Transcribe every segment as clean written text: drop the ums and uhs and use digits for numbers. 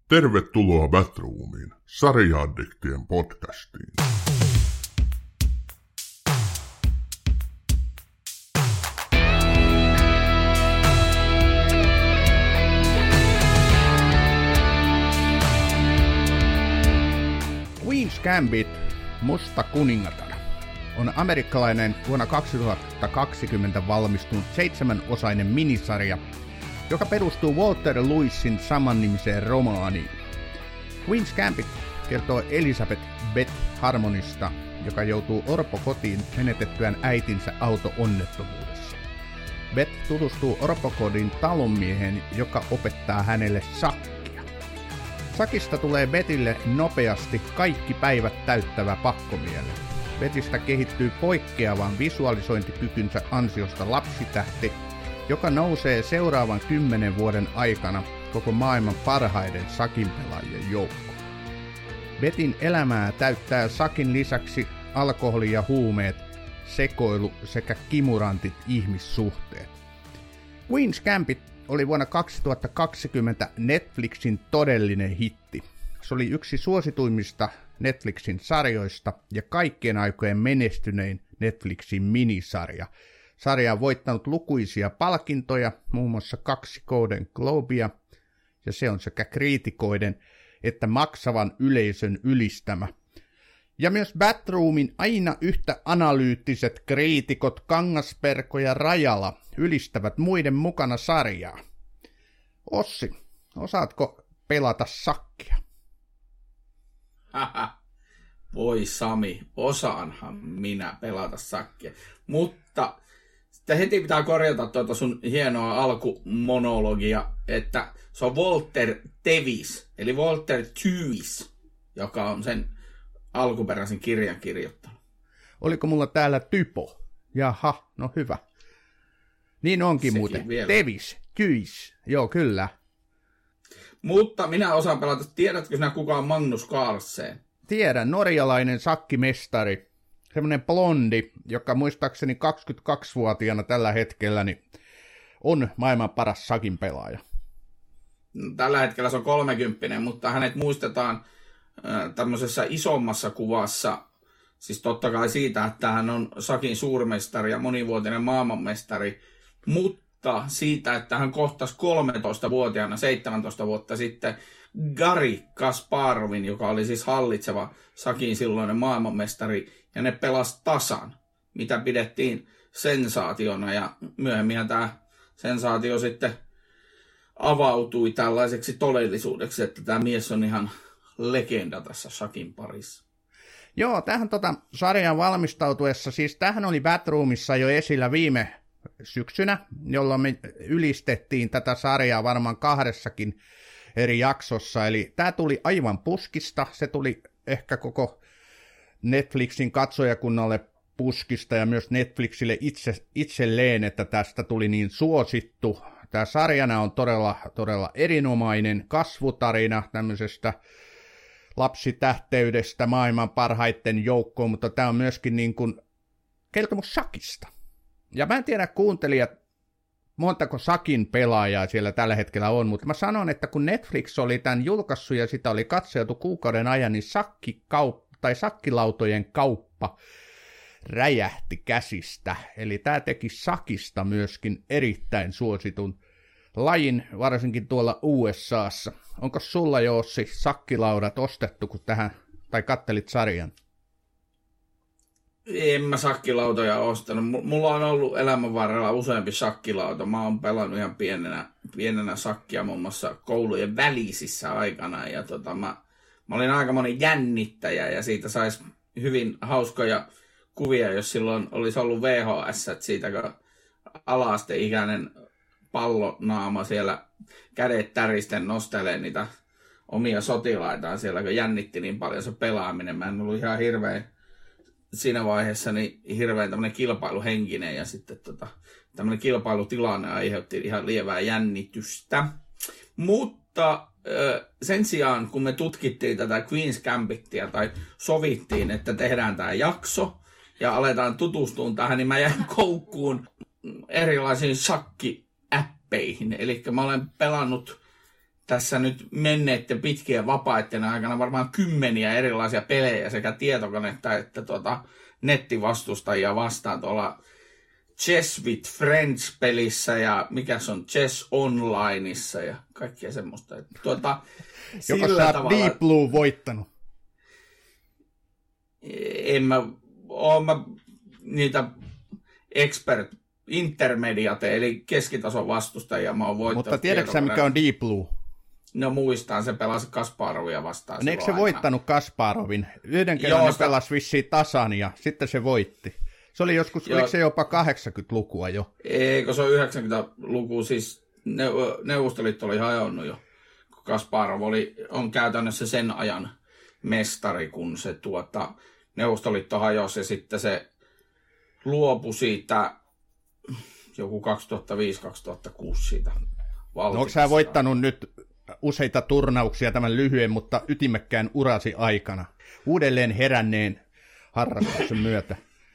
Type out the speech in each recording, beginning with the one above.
Tervetuloa Batroomiin, sarja-addiktien podcastiin. Queen's Gambit, Musta kuningatar, on amerikkalainen vuonna 2020 valmistunut 7-osainen minisarja, joka perustuu Walter Lewisin samannimiseen romaaniin. Queen's Gambit kertoo Elizabeth Beth Harmonista, joka joutuu orpokotiin menetettyään äitinsä auto-onnettomuudessa. Beth tutustuu orpokodin talonmieheen, joka opettaa hänelle sakkia. Sakista tulee Bethille nopeasti kaikki päivät täyttävä pakkomielle. Bethistä kehittyy poikkeavan visualisointikykynsä ansiosta lapsitähti, joka nousee seuraavan 10 vuoden aikana koko maailman parhaiden sakinpelaajien joukkoon. Bethin elämää täyttää sakin lisäksi alkoholi ja huumeet, sekoilu sekä kimurantit ihmissuhteet. Queen's Gambit oli vuonna 2020 Netflixin todellinen hitti. Se oli yksi suosituimmista Netflixin sarjoista ja kaikkien aikojen menestynein Netflixin minisarja. Sarja on voittanut lukuisia palkintoja, muun muassa 2 Golden Globea, ja se on sekä kriitikoiden että maksavan yleisön ylistämä. Ja myös Batroomin aina yhtä analyyttiset kriitikot Kangasperko ja Rajala ylistävät muiden mukana sarjaa. Ossi, osaatko pelata sakkia? Voi Sami, osaanhan minä pelata sakkia. Mutta sitten heti pitää korjata tuota sun hienoa alkumonologia, että se on Walter Tevis, eli Walter Tevis, joka on sen alkuperäisen kirjan kirjoittanut. Oliko mulla täällä typo? Jaha, no hyvä. Niin onkin sekin muuten. Vielä. Tevis, joo kyllä. Mutta minä osaan pelata. Tiedätkö sinä kuka on Magnus Carlsen? Tiedän, norjalainen sakkimestari. Semmoinen blondi, joka muistaakseni 22-vuotiaana tällä hetkellä niin on maailman paras sakin pelaaja. Tällä hetkellä se on 30, mutta hänet muistetaan tämmöisessä isommassa kuvassa, siis totta kai siitä, että hän on sakin suurmestari ja monivuotinen maailmanmestari, mutta siitä, että hän kohtasi 13-vuotiaana 17 vuotta sitten Garri Kasparovin, joka oli siis hallitseva sakin silloinen maailmanmestari, ja ne pelasi tasan, mitä pidettiin sensaationa, ja myöhemmin tämä sensaatio sitten avautui tällaiseksi todellisuudeksi, että tämä mies on ihan legenda tässä sakin parissa. Joo, tähän sarjan valmistautuessa, siis tähän oli Batroomissa jo esillä viime syksynä, jolloin me ylistettiin tätä sarjaa varmaan 2 eri jaksossa, eli tämä tuli aivan puskista, se tuli ehkä koko Netflixin katsojakunnalle puskista ja myös Netflixille itselleen, että tästä tuli niin suosittu. Tämä sarjana on todella erinomainen kasvutarina tämmöisestä lapsitähteydestä maailman parhaiten joukkoon, mutta tämä on myöskin niin kuin kertomus sakista. Ja mä en tiedä kuuntelijat, montako sakin pelaajaa siellä tällä hetkellä on, mutta mä sanon, että kun Netflix oli tämän julkaissut ja sitä oli katseltu kuukauden ajan, niin sakkilautojen kauppa räjähti käsistä. Eli tämä teki sakista myöskin erittäin suositun lajin, varsinkin tuolla USAssa. Onko sulla jo, Ossi, sakkilaudat ostettu, kun tähän, tai kattelit sarjan? En mä sakkilautoja ostanut. Mulla on ollut elämän varrella useampi sakkilauta. Mä oon pelannut ihan pienenä sakkia muun muassa koulujen välisissä aikana. Ja mä olin aikamoinen jännittäjä ja siitä saisi hyvin hauskoja kuvia, jos silloin olisi ollut VHS, että siitä kun ala-asteikäinen pallonaama siellä kädet täristen nostelee niitä omia sotilaitaan siellä, kun jännitti niin paljon se pelaaminen. Mä en ollut ihan hirveän siinä vaiheessa niin hirveän tämmöinen kilpailuhenkinen ja sitten tämmöinen kilpailutilanne aiheutti ihan lievää jännitystä. Mutta sen sijaan, kun me tutkittiin tätä Queen's Gambitia tai sovittiin, että tehdään tämä jakso ja aletaan tutustumaan tähän, niin mä jäin koukkuun erilaisiin sakkiäppeihin. Eli mä olen pelannut tässä nyt menneiden pitkien vapaiden aikana varmaan 10 erilaisia pelejä sekä tietokonetta että nettivastustajia vastaan tuolla Chess with Friends-pelissä ja mikä se on Chess Onlineissa ja kaikkea semmoista. Joko sä oot tavalla... Deep Blue voittanut? Oon mä niitä intermediate, eli keskitason vastustajia mä oon voittanut. Mutta tiedätkö sä, mikä on Deep Blue? No muistan, se pelasi Kasparovia vastaan. No, eikö se voittanut Kasparovin? Yhden kerran ne pelasi vissiin tasan ja sitten se voitti. Se oli joskus, oliko se jopa 80-lukua jo? Eikö se on 90-luku, siis Neuvostoliitto oli hajonnut jo. Kasparov on käytännössä sen ajan mestari, kun se Neuvostoliitto hajosi ja sitten se luopui siitä joku 2005-2006 siitä valtiosta. No, onko sä voittanut nyt useita turnauksia tämän lyhyen, mutta ytimekkään urasi aikana, uudelleen heränneen harrastuksen myötä?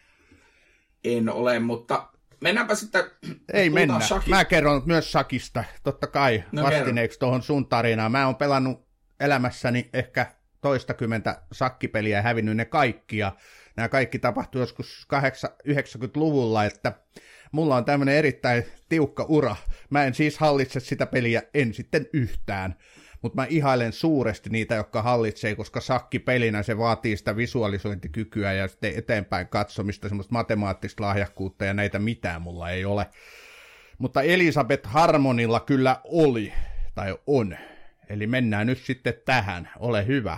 En ole, mutta mennäänpä sitten... Ei mennä. Mä kerron myös shakista, totta kai, no, vastineeksi tuohon sun tarinaan. Mä oon pelannut elämässäni ehkä 20 shakkipeliä ja hävinnyt ne kaikki, ja nämä kaikki tapahtui joskus 90-luvulla, että mulla on tämmöinen erittäin tiukka ura. Mä en siis hallitse sitä peliä, en sitten yhtään, mutta mä ihailen suuresti niitä, jotka hallitsee, koska shakkipelinä se vaatii sitä visualisointikykyä ja sitten eteenpäin katsomista, semmoista matemaattista lahjakkuutta ja näitä mitään mulla ei ole. Mutta Elisabeth Harmonilla kyllä oli, tai on. Eli mennään nyt sitten tähän, ole hyvä.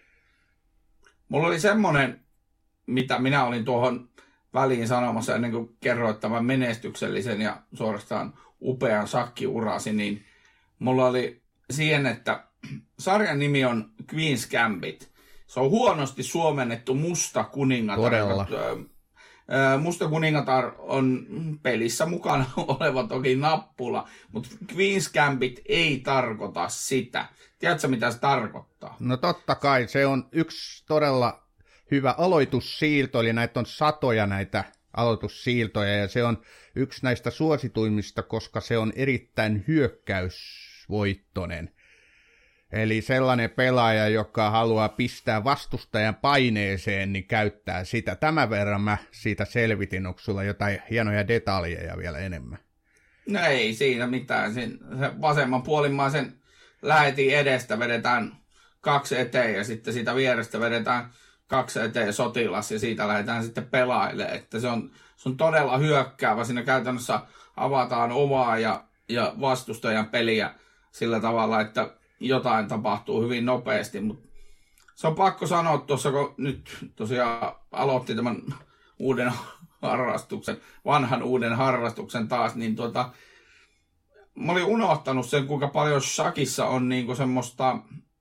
Mulla oli semmoinen, mitä minä olin tuohon väliin sanomassa ennen kuin kerroit tämän menestyksellisen ja suorastaan upean shakkiurasi, niin mulla oli siihen, että sarjan nimi on Queen's Gambit. Se on huonosti suomennettu Musta kuningatar. Todella. Musta kuningatar on pelissä mukana oleva toki nappula, mutta Queen's Gambit ei tarkoita sitä. Tiedätkö, mitä se tarkoittaa? No totta kai, se on yksi todella hyvä aloitussiirto, eli näitä on satoja näitä aloitussiirtoja, ja se on yksi näistä suosituimmista, koska se on erittäin hyökkäysvoittoinen. Eli sellainen pelaaja, joka haluaa pistää vastustajan paineeseen, niin käyttää sitä. Tämän verran mä siitä selvitin, onko sulla jotain hienoja detaljeja vielä enemmän? No ei siinä mitään. Se vasemman puolimmaisen lähetin edestä, vedetään 2 eteen ja sitten siitä vierestä vedetään 2 eteen sotilas ja siitä lähdetään sitten pelailemaan. Että se on todella hyökkäävä. Siinä käytännössä avataan omaa ja vastustajan peliä sillä tavalla, että jotain tapahtuu hyvin nopeasti, mutta se on pakko sanoa tuossa, kun nyt tosiaan aloitti tämän uuden harrastuksen, vanhan uuden harrastuksen taas, niin mä olin unohtanut sen, kuinka paljon shakissa on niinku semmoista,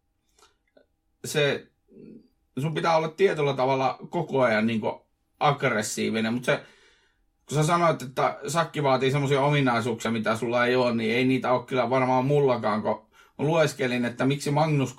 sun pitää olla tietyllä tavalla koko ajan niinku aggressiivinen, mutta se, kun sä sanoit, että shakki vaatii semmoisia ominaisuuksia, mitä sulla ei ole, niin ei niitä ole kyllä varmaan mullakaan, kun mä lueskelin, että miksi Magnus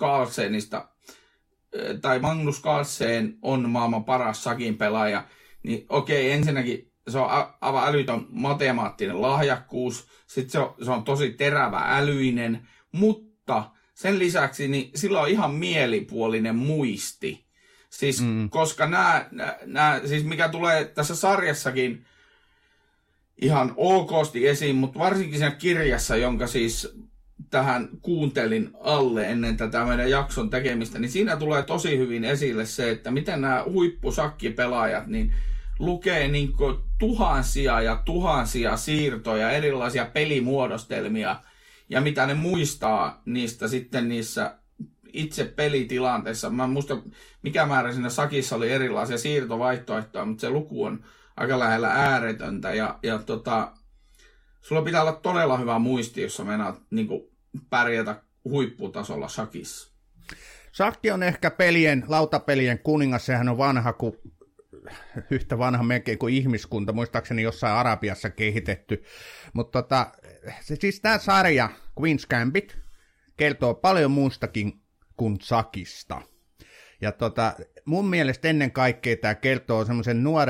Carlsen on maailman paras shakin pelaaja, niin okei, ensinnäkin se on aivan älytön matemaattinen lahjakkuus, sitten se on tosi terävä älyinen, mutta sen lisäksi niin sillä on ihan mielipuolinen muisti. Siis, koska siis mikä tulee tässä sarjassakin ihan okosti esiin, mutta varsinkin siinä kirjassa, jonka siis tähän kuuntelin alle ennen tätä meidän jakson tekemistä, niin siinä tulee tosi hyvin esille se, että miten nämä huippusakkipelaajat niin lukee niin kuin tuhansia ja tuhansia siirtoja, erilaisia pelimuodostelmia, ja mitä ne muistaa niistä sitten niissä itse pelitilanteissa. Mä en muista, mikä määrä siinä sakissa oli erilaisia siirtovaihtoehtoja, mutta se luku on aika lähellä ääretöntä, ja sulla pitää olla todella hyvä muisti, jos sä meinaat niin kuin pärjätä huipputasolla shakissa. Shakki on ehkä lautapelien kuningas, sehän on vanha kuin yhtä vanha melkein kuin ihmiskunta, muistaakseni jossain Arabiassa kehitetty. Mutta siis tämä sarja, Queen's Gambit, kertoo paljon muustakin kuin shakista. Ja mun mielestä ennen kaikkea tämä kertoo semmoisen nuoren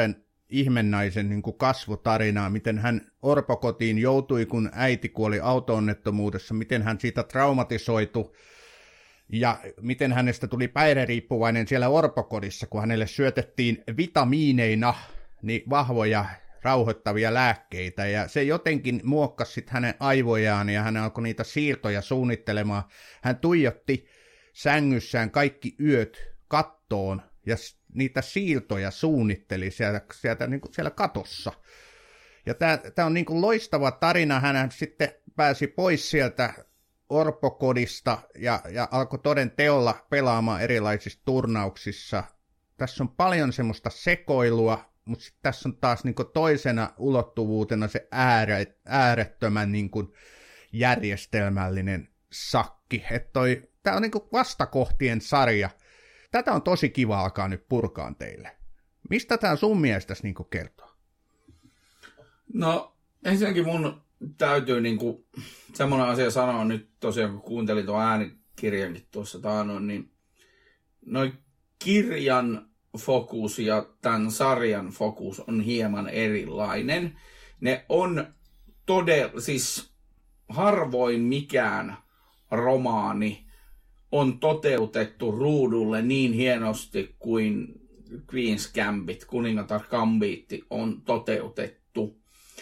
ihmennaisen niin kuin kasvutarinaa, miten hän orpokotiin joutui, kun äiti kuoli auto-onnettomuudessa, miten hän siitä traumatisoitui ja miten hänestä tuli päihderiippuvainen siellä orpokodissa, kun hänelle syötettiin vitamiineina niin vahvoja rauhoittavia lääkkeitä, ja se jotenkin muokkasi sitten hänen aivojaan, ja hän alkoi niitä siirtoja suunnittelemaan. Hän tuijotti sängyssään kaikki yöt kattoon, ja niitä siirtoja suunnitteli sieltä niin kuin siellä katossa. Ja tämä on niin kuin loistava tarina. Hän sitten pääsi pois sieltä orpokodista, ja alkoi toden teolla pelaamaan erilaisissa turnauksissa. Tässä on paljon semmoista sekoilua, mutta sitten tässä on taas niinku toisena ulottuvuutena se äärettömän niinku järjestelmällinen sakki. Tämä on niinku vastakohtien sarja. Tätä on tosi kiva alkaa nyt purkaan teille. Mistä tämä sun mielestäsi niinku kertoo? No ensinnäkin mun täytyy niinku semmoinen asia sanoa nyt tosiaan, kun kuuntelin tuon äänikirjankin tuossa taanoin, niin noi kirjan fokus ja tämän sarjan fokus on hieman erilainen. Ne on siis harvoin mikään romaani on toteutettu ruudulle niin hienosti kuin Queen's Gambit, kuningatar Gambitti on toteutettu.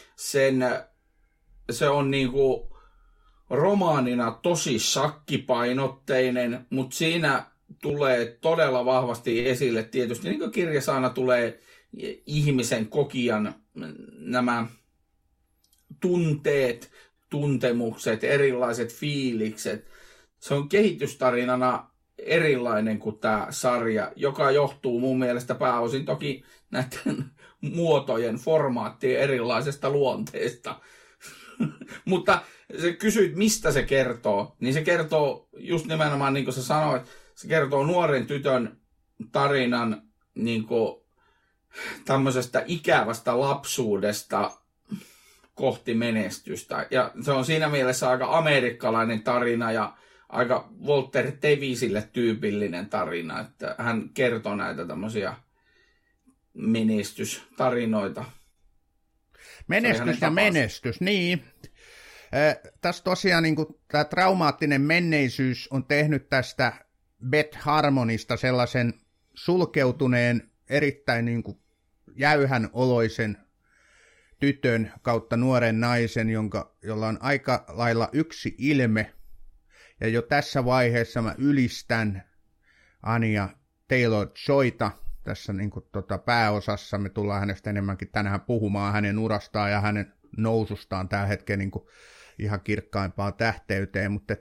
Se on niinku romaanina tosi shakkipainotteinen, mutta siinä tulee todella vahvasti esille tietysti, niin kuin kirjassa aina tulee ihmisen kokijan nämä tunteet, tuntemukset, erilaiset fiilikset. Se on kehitystarinana erilainen kuin tämä sarja, joka johtuu mun mielestä pääosin toki näiden muotojen, formaattien erilaisesta luonteesta. Mutta sä kysyit, mistä se kertoo, niin se kertoo just nimenomaan niin kuin sä sanoit, se kertoo nuoren tytön tarinan niin kuin tämmöisestä ikävästä lapsuudesta kohti menestystä. Ja se on siinä mielessä aika amerikkalainen tarina ja aika Walter Tevisille tyypillinen tarina, että hän kertoo näitä tämmöisiä menestystarinoita. Menestys ja menestys, niin. Tässä tosiaan niin tämä traumaattinen menneisyys on tehnyt tästä Beth Harmonista sellaisen sulkeutuneen, erittäin niin kuin jäyhän oloisen tytön kautta nuoren naisen, jolla on aika lailla yksi ilme. Ja jo tässä vaiheessa mä ylistän Anya Taylor-Joyta tässä niin kuin pääosassa. Me tullaan hänestä enemmänkin tänään puhumaan hänen urastaan ja hänen nousustaan tällä hetkellä niin kuin ihan kirkkaimpaan tähteyteen, mutta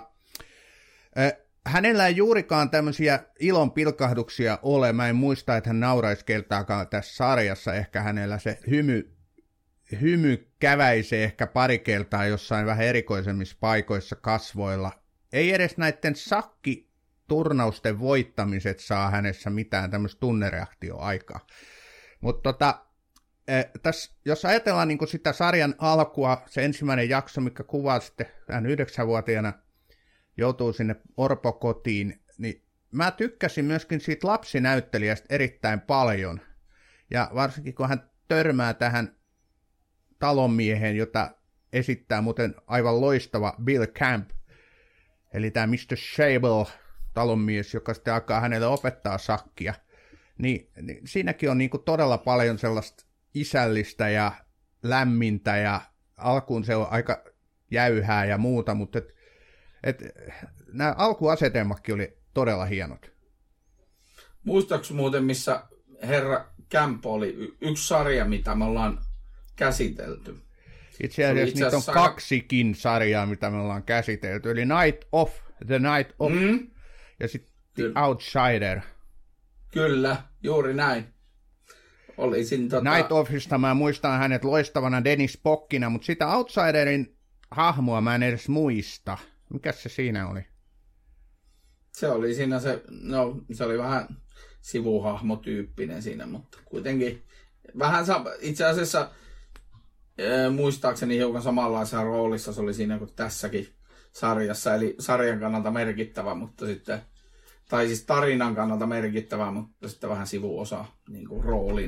hänellä ei juurikaan tämmöisiä ilon pilkahduksia ole. Mä en muista, että hän nauraisi kertaakaan tässä sarjassa. Ehkä hänellä se hymy käväisee ehkä pari kertaa jossain vähän erikoisemmissa paikoissa kasvoilla. Ei edes näiden sakkiturnausten voittamiset saa hänessä mitään tämmöistä tunnereaktioaikaa. Mutta jos ajatellaan niin sitä sarjan alkua, se ensimmäinen jakso, mikä kuvaa sitten hän 9-vuotiaana joutuu sinne orpokotiin, niin mä tykkäsin myöskin siitä lapsinäyttelijästä erittäin paljon. Ja varsinkin kun hän törmää tähän talonmieheen, jota esittää muuten aivan loistava Bill Camp, eli tämä Mr. Shable talonmies, joka sitten alkaa hänelle opettaa sakkia, niin siinäkin on niinku todella paljon sellaista isällistä ja lämmintä, ja alkuun se on aika jäyhää ja muuta, mutta nämä alkuasetelmatkin oli todella hienot. Muistaaks muuten, missä herra Camp oli yksi sarja, mitä me ollaan käsitelty? Itse asiassa niitä on kaksikin sarjaa, mitä me ollaan käsitelty. Eli The Night Of ja sitten The Outsider. Kyllä, juuri näin. Night Ofista mä muistan hänet loistavana Dennis Pockina, mutta sitä Outsiderin hahmoa mä en edes muista. Mikäs se siinä oli? Se oli siinä se oli vähän sivuhahmotyyppinen siinä, mutta kuitenkin vähän itse asiassa muistaakseni hiukan samanlaisessa roolissa se oli siinä kuin tässäkin sarjassa, eli sarjan kannalta merkittävä, mutta sitten, tai siis tarinan kannalta merkittävä, mutta sitten vähän sivuosa niin kuin roolina.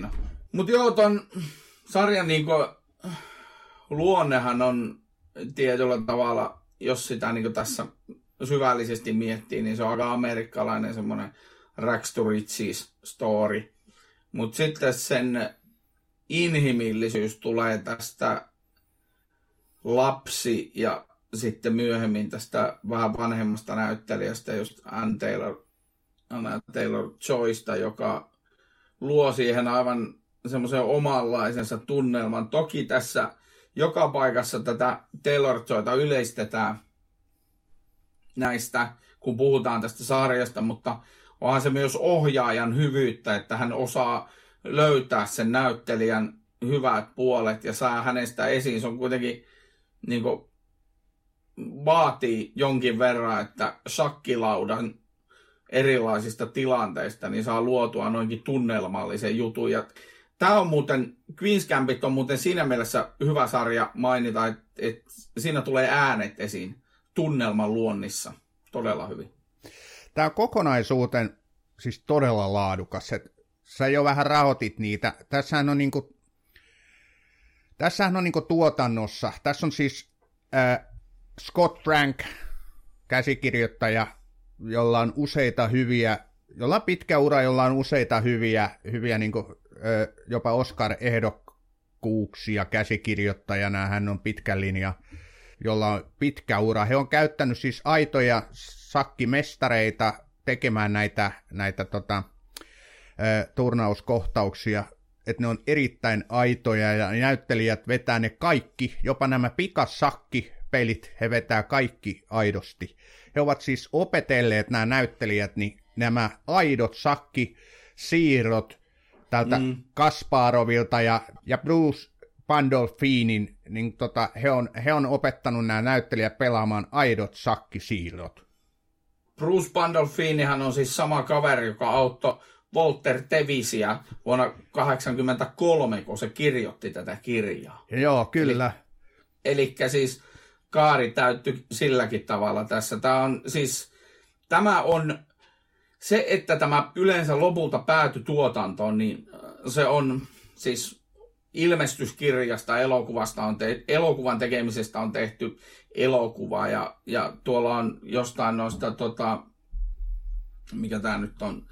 Mutta joo, ton sarjan niinku luonnehan on tietyllä tavalla, jos sitä niinku tässä syvällisesti miettii, niin se on aika amerikkalainen semmoinen rags to riches story. Mutta sitten sen inhimillisyys tulee tästä ja sitten myöhemmin tästä vähän vanhemmasta näyttelijästä, just Anna Taylor-Joysta, joka luo siihen aivan semmoisen omanlaisensa tunnelman. Toki tässä joka paikassa tätä Taylor-Joyta yleistetään näistä, kun puhutaan tästä sarjasta, mutta onhan se myös ohjaajan hyvyyttä, että hän osaa löytää sen näyttelijän hyvät puolet ja saa hänestä esiin. Se on kuitenkin niin kuin, vaatii jonkin verran, että shakkilaudan erilaisista tilanteista niin saa luotua noinkin tunnelmallisen jutun. Ja tämä on muuten, Queen's Gambit on muuten siinä mielessä hyvä sarja mainita, että siinä tulee äänet esiin tunnelman luonnissa todella hyvin. Tämä on kokonaisuuteen siis todella laadukas. Sä jo vähän rahoitit niitä. Tässähän on niinku tuotannossa. Tässä on siis Scott Frank, käsikirjoittaja, jolla on useita hyviä, jolla on pitkä ura, jolla on useita hyviä niinku, jopa Oscar-ehdokkuuksia käsikirjoittajana. Hän on pitkä linja, jolla on pitkä ura. He on käyttänyt siis aitoja sakkimestareita tekemään näitä turnauskohtauksia, että ne on erittäin aitoja ja näyttelijät vetää ne kaikki, jopa nämä pikasakkipelit, he vetää kaikki aidosti. He ovat siis opetelleet nämä näyttelijät, niin nämä aidot sakkisiirrot tältä Kasparovilta ja Bruce Pandolfinin, niin he on opettanut nämä näyttelijät pelaamaan aidot sakkisiirrot. Bruce Pandolfinihan on siis sama kaveri, joka auttoi Walter Tevisiä vuonna 1983, kun se kirjoitti tätä kirjaa. Joo, kyllä. Eli siis kaari täyttyi silläkin tavalla tässä. Tämä on se, että tämä yleensä lopulta päätyi tuotantoon, niin se on siis ilmestyskirjasta, elokuvasta elokuvan tekemisestä on tehty elokuva ja tuolla on jostain noista, mikä tämä nyt on,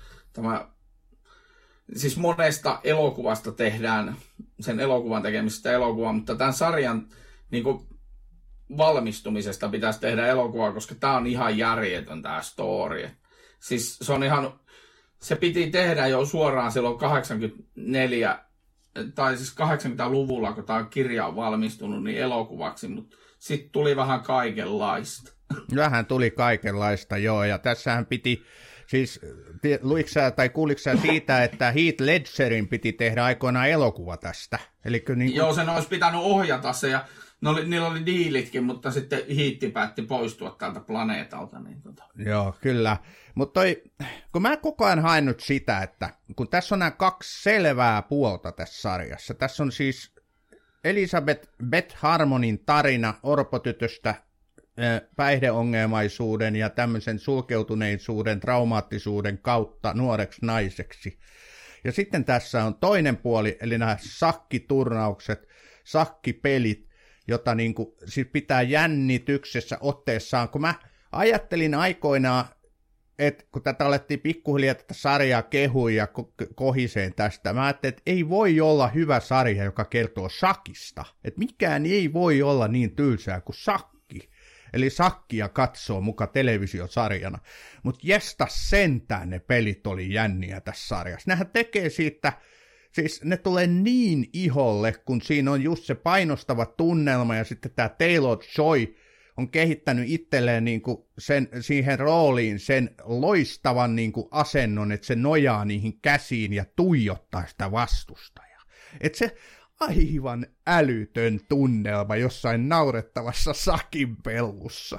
siis monesta elokuvasta tehdään sen elokuvan tekemisestä elokuva, mutta tämän sarjan niin kuin, valmistumisesta pitäisi tehdä elokuvaa, koska tämä on ihan järjetön tämä story. Siis se on ihan, se piti tehdä jo suoraan silloin 84 tai siis 80-luvulla, kun tämä kirja on valmistunut, niin elokuvaksi, mutta sitten tuli vähän kaikenlaista. Vähän tuli kaikenlaista, joo, ja tässähän piti, siis kuuliko sä siitä, että Heath Ledgerin piti tehdä aikoinaan elokuva tästä? Joo, sen olisi pitänyt ohjata se, ja niillä oli diilitkin, mutta sitten Heath päätti poistua tältä planeetalta. Niin Joo, kyllä. Mutta kun mä koko ajan haen nyt sitä, että kun tässä on nämä kaksi selvää puolta tässä sarjassa. Tässä on siis Beth Harmonin tarina orpotytöstä päihdeongelmaisuuden ja tämmöisen sulkeutuneisuuden, traumaattisuuden kautta nuoreksi naiseksi. Ja sitten tässä on toinen puoli, eli nämä sakkiturnaukset, sakkipelit, jota niin kuin, siis pitää jännityksessä otteessaan. Kun mä ajattelin aikoinaan, että kun tätä alettiin pikkuhiljaa tätä sarjaa kehuja ja kohiseen tästä, mä ajattelin, että ei voi olla hyvä sarja, joka kertoo sakista. Että mikään ei voi olla niin tylsää kuin sakki. Eli sakkia katsoo muka televisiosarjana. Mutta jesta sentään ne pelit oli jänniä tässä sarjassa. Nehän tekee siitä, siis ne tulee niin iholle, kun siinä on just se painostava tunnelma ja sitten tämä Taylor-Joy on kehittänyt itselleen niinku siihen rooliin sen loistavan niinku asennon, että se nojaa niihin käsiin ja tuijottaa sitä vastustajaa. Että se aivan älytön tunnelma jossain naurettavassa sakinpellussa.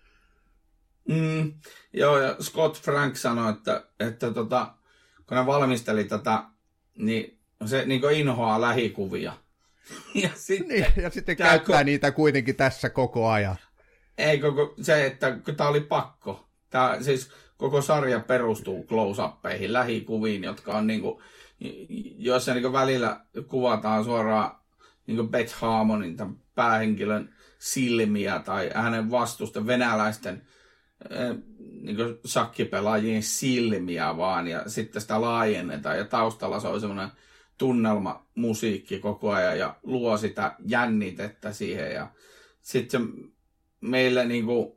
Joo, ja Scott Frank sanoi, että kun ne valmisteli tätä, niin se niin inhoaa lähikuvia. Ja sitten käyttää niitä kuitenkin tässä koko ajan. Ei se, että tämä oli pakko. Tämä siis koko sarja perustuu close-uppeihin, lähikuviin, jotka on niinku, joissa niinku välillä kuvataan suoraan niinku Beth Harmonin, tämän päähenkilön silmiä tai hänen vastusten venäläisten niinku shakkipelaajien silmiä vaan, ja sitten sitä laajennetaan, ja taustalla se on semmoinen tunnelma, musiikki koko ajan, ja luo sitä jännitettä siihen, ja sitten se meille niinku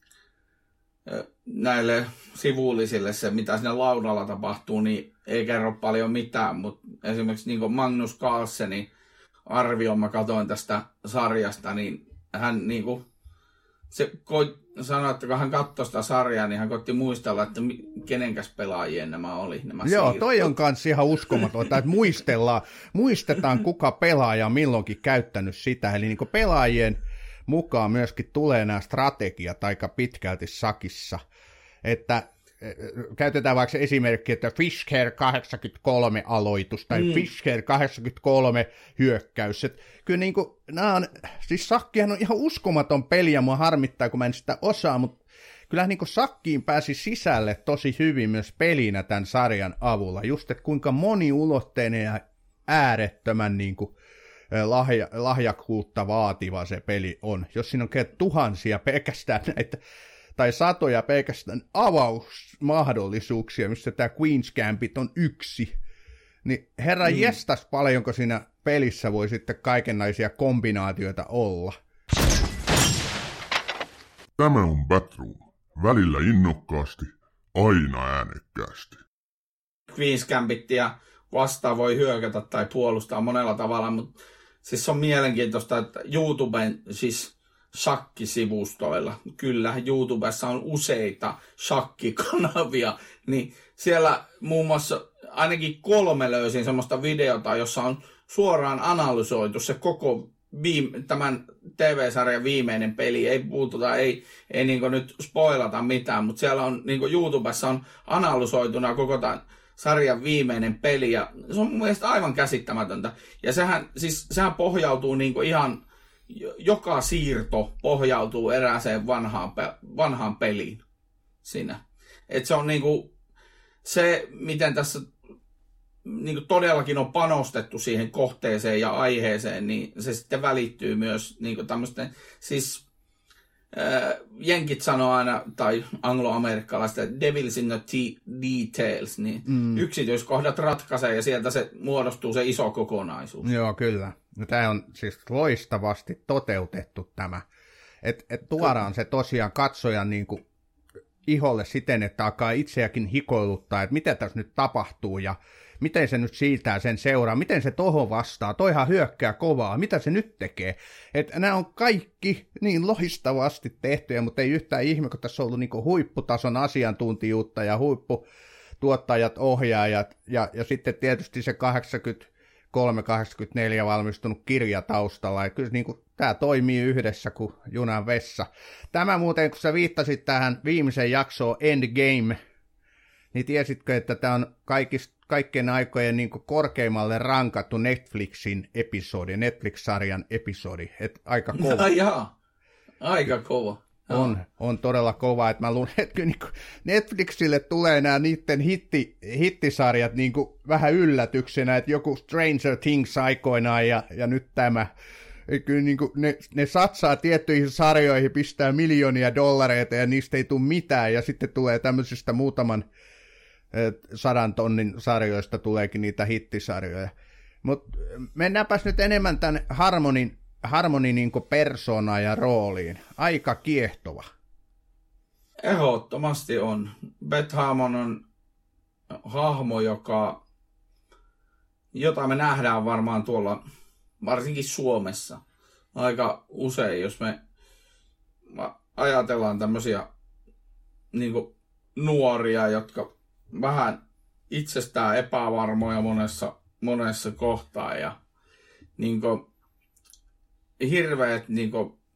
näille sivullisille se, mitä siinä laudalla tapahtuu, niin ei kerro paljon mitään, mutta esimerkiksi niin Magnus Carlsenin arvio, mä katsoin tästä sarjasta, niin hän niin kuin, sanoi, että kun hän katsoi sitä sarjaa, niin hän koitti muistella, että kenenkäs pelaajien nämä oli. Joo, toi on kanssa ihan uskomatonta, että muistetaan kuka pelaaja on milloinkin käyttänyt sitä, eli niin pelaajien mukaan myöskin tulee nämä strategiat aika pitkälti sakissa, että käytetään vaikka esimerkki, että Fischker 83 aloitus tai Fischker 83 hyökkäys. Et kyllä niin kuin, siis sakkihan on ihan uskomaton peli ja mua harmittaa, kun mä en sitä osaa, mutta kyllähän niin kuin sakkiin pääsi sisälle tosi hyvin myös pelinä tämän sarjan avulla. Just, että kuinka moniulotteinen ja äärettömän niin kuin lahjakkuutta vaativa se peli on. Jos siinä on tuhansia pelkästään näitä, tai satoja pelkästään avausmahdollisuuksia, missä tämä Queen's Gambit on yksi, niin herra jestas paljonko siinä pelissä voi sitten kaikenlaisia kombinaatioita olla. Tämä on Batroom. Välillä innokkaasti, aina äänekkäästi. Queen's Gambittia vastaan voi hyökätä tai puolustaa monella tavalla, mutta siis on mielenkiintoista, että YouTuben siis shakkisivustoilla, kyllä YouTubessa on useita shakkikanavia, niin siellä muun muassa ainakin 3 löysin semmoista videota, jossa on suoraan analysoitu se koko tämän TV-sarjan viimeinen peli, ei puututa, ei niin nyt spoilata mitään, mutta siellä on niin YouTubessa on analysoituna koko tämän sarjan viimeinen peli, ja se on mun mielestä aivan käsittämätöntä. Ja sehän pohjautuu niin ihan, joka siirto pohjautuu erääseen vanhaan peliin siinä. Et se on niin se, miten tässä niin todellakin on panostettu siihen kohteeseen ja aiheeseen, niin se sitten välittyy myös niin tämmöisten, siis jenkit sanoo aina, tai angloamerikkalaiset, että devil's in the details, niin yksityiskohdat ratkaisee ja sieltä se muodostuu se iso kokonaisuus. Joo, kyllä. No, tämä on siis loistavasti toteutettu tämä, että tuodaan se tosiaan katsojan niin kuin iholle siten, että alkaa itseäkin hikoiluttaa, että mitä tässä nyt tapahtuu ja miten se nyt siirtää sen seuraa, miten se tohon vastaa, toihan hyökkää kovaa, mitä se nyt tekee. Että nämä on kaikki niin loistavasti tehtyjä, mutta ei yhtään ihme, kun tässä on ollut niinku huipputason asiantuntijuutta ja huipputuottajat, ohjaajat ja sitten tietysti se 83-84 valmistunut kirja taustalla. Ja kyllä niinku, tämä toimii yhdessä kuin junan vessa. Tämä muuten, kun sä viittasit tähän viimeiseen jaksoon Endgame, niin tiesitkö, että tämä on kaikkien aikojen niin korkeimmalle rankattu Netflixin episodi, Netflix-sarjan episodi. Et aika kova. Aika kova. On todella kova. Et mä luulen, että niin Netflixille tulee nämä niiden hittisarjat niin vähän yllätyksenä, että joku Stranger Things aikoinaan ja nyt tämä. Kyllä niin ne satsaa tiettyihin sarjoihin, pistää miljoonia dollareita ja niistä ei tule mitään. Ja sitten tulee tämmöisistä muutaman 100 tonnin sarjoista tuleekin niitä hittisarjoja. Mutta mennäänpäs nyt enemmän tämän Harmonin niin persoonaan ja rooliin. Aika kiehtova. Ehdottomasti on. Beth Harmon on hahmo, jota me nähdään varmaan tuolla, varsinkin Suomessa, aika usein, jos me ajatellaan tämmöisiä niin nuoria, jotka vähän itsestään epävarmoja monessa kohtaa ja niin hirveät niin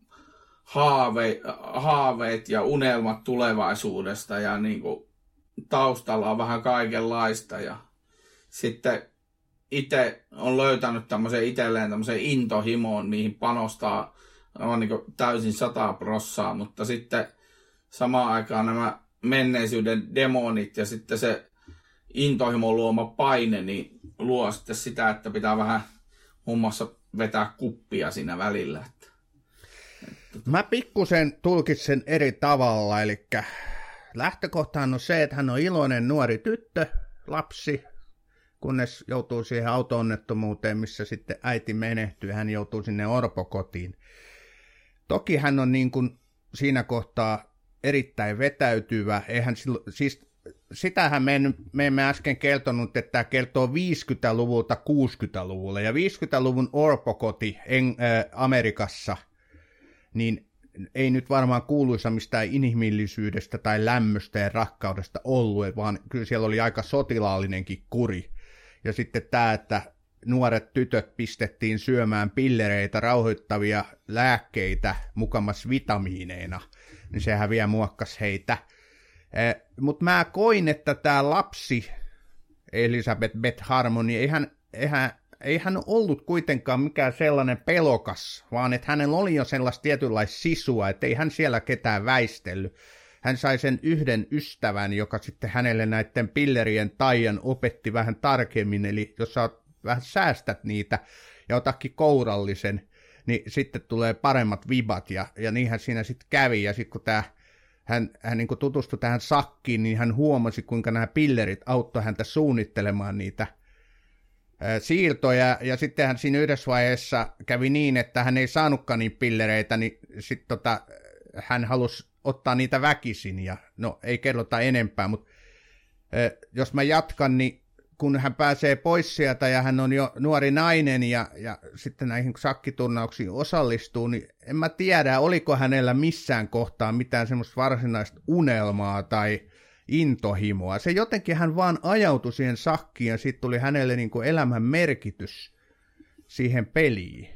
haaveet ja unelmat tulevaisuudesta ja niin taustalla on vähän kaikenlaista ja sitten itse on löytänyt itselleen tämmöisen intohimoon, mihin panostaa aivan niin täysin 100%, mutta sitten samaan aikaan nämä menneisyyden demonit ja sitten se intohimon luoma paine, niin luo sitten sitä, että pitää vähän muun muassa vetää kuppia siinä välillä. Mä pikkusen tulkitsen eri tavalla, eli lähtökohtahan on se, että hän on iloinen nuori tyttö, lapsi, kunnes joutuu siihen auto-onnettomuuteen, missä sitten äiti menehtyy, hän joutuu sinne orpokotiin. Toki hän on niin kuin siinä kohtaa erittäin vetäytyvä, eihän siis sitähän me emme äsken kertonut, että tämä kertoo 50-luvulta 60-luvulle, ja 50-luvun orpokoti Amerikassa, niin ei nyt varmaan kuuluisa mistään inhimillisyydestä tai lämmöstä ja rakkaudesta ollut, vaan kyllä siellä oli aika sotilaallinenkin kuri. Ja sitten tämä, että nuoret tytöt pistettiin syömään pillereitä, rauhoittavia lääkkeitä mukamas vitamiineina, niin sehän vielä muokkasi heitä. Mutta mä koin, että tämä lapsi, Elizabeth Beth Harmon, ei hän ollut kuitenkaan mikään sellainen pelokas, vaan että hänellä oli jo sellaista tietynlaista sisua, että ei hän siellä ketään väistellyt. Hän sai sen yhden ystävän, joka sitten hänelle näiden pillerien taian opetti vähän tarkemmin, eli jos sä vähän säästät niitä ja otakin kourallisen, niin sitten tulee paremmat vibat, ja niinhän siinä sitten kävi, ja sitten kun hän niin kuin tutustui tähän sakkiin, niin hän huomasi, kuinka nämä pillerit auttoi häntä suunnittelemaan niitä siirtoja, ja sitten hän siinä yhdessä vaiheessa kävi niin, että hän ei saanutkaan niin pillereitä, niin sitten hän halusi ottaa niitä väkisin, ja no ei kerrota enempää, mutta jos mä jatkan, niin kun hän pääsee pois sieltä ja hän on jo nuori nainen ja sitten näihin sakkiturnauksiin osallistuu, niin en mä tiedä, oliko hänellä missään kohtaa mitään semmoista varsinaista unelmaa tai intohimoa. Se jotenkin hän vaan ajautui siihen sakkiin ja siitä tuli hänelle niin kuin elämän merkitys siihen peliin.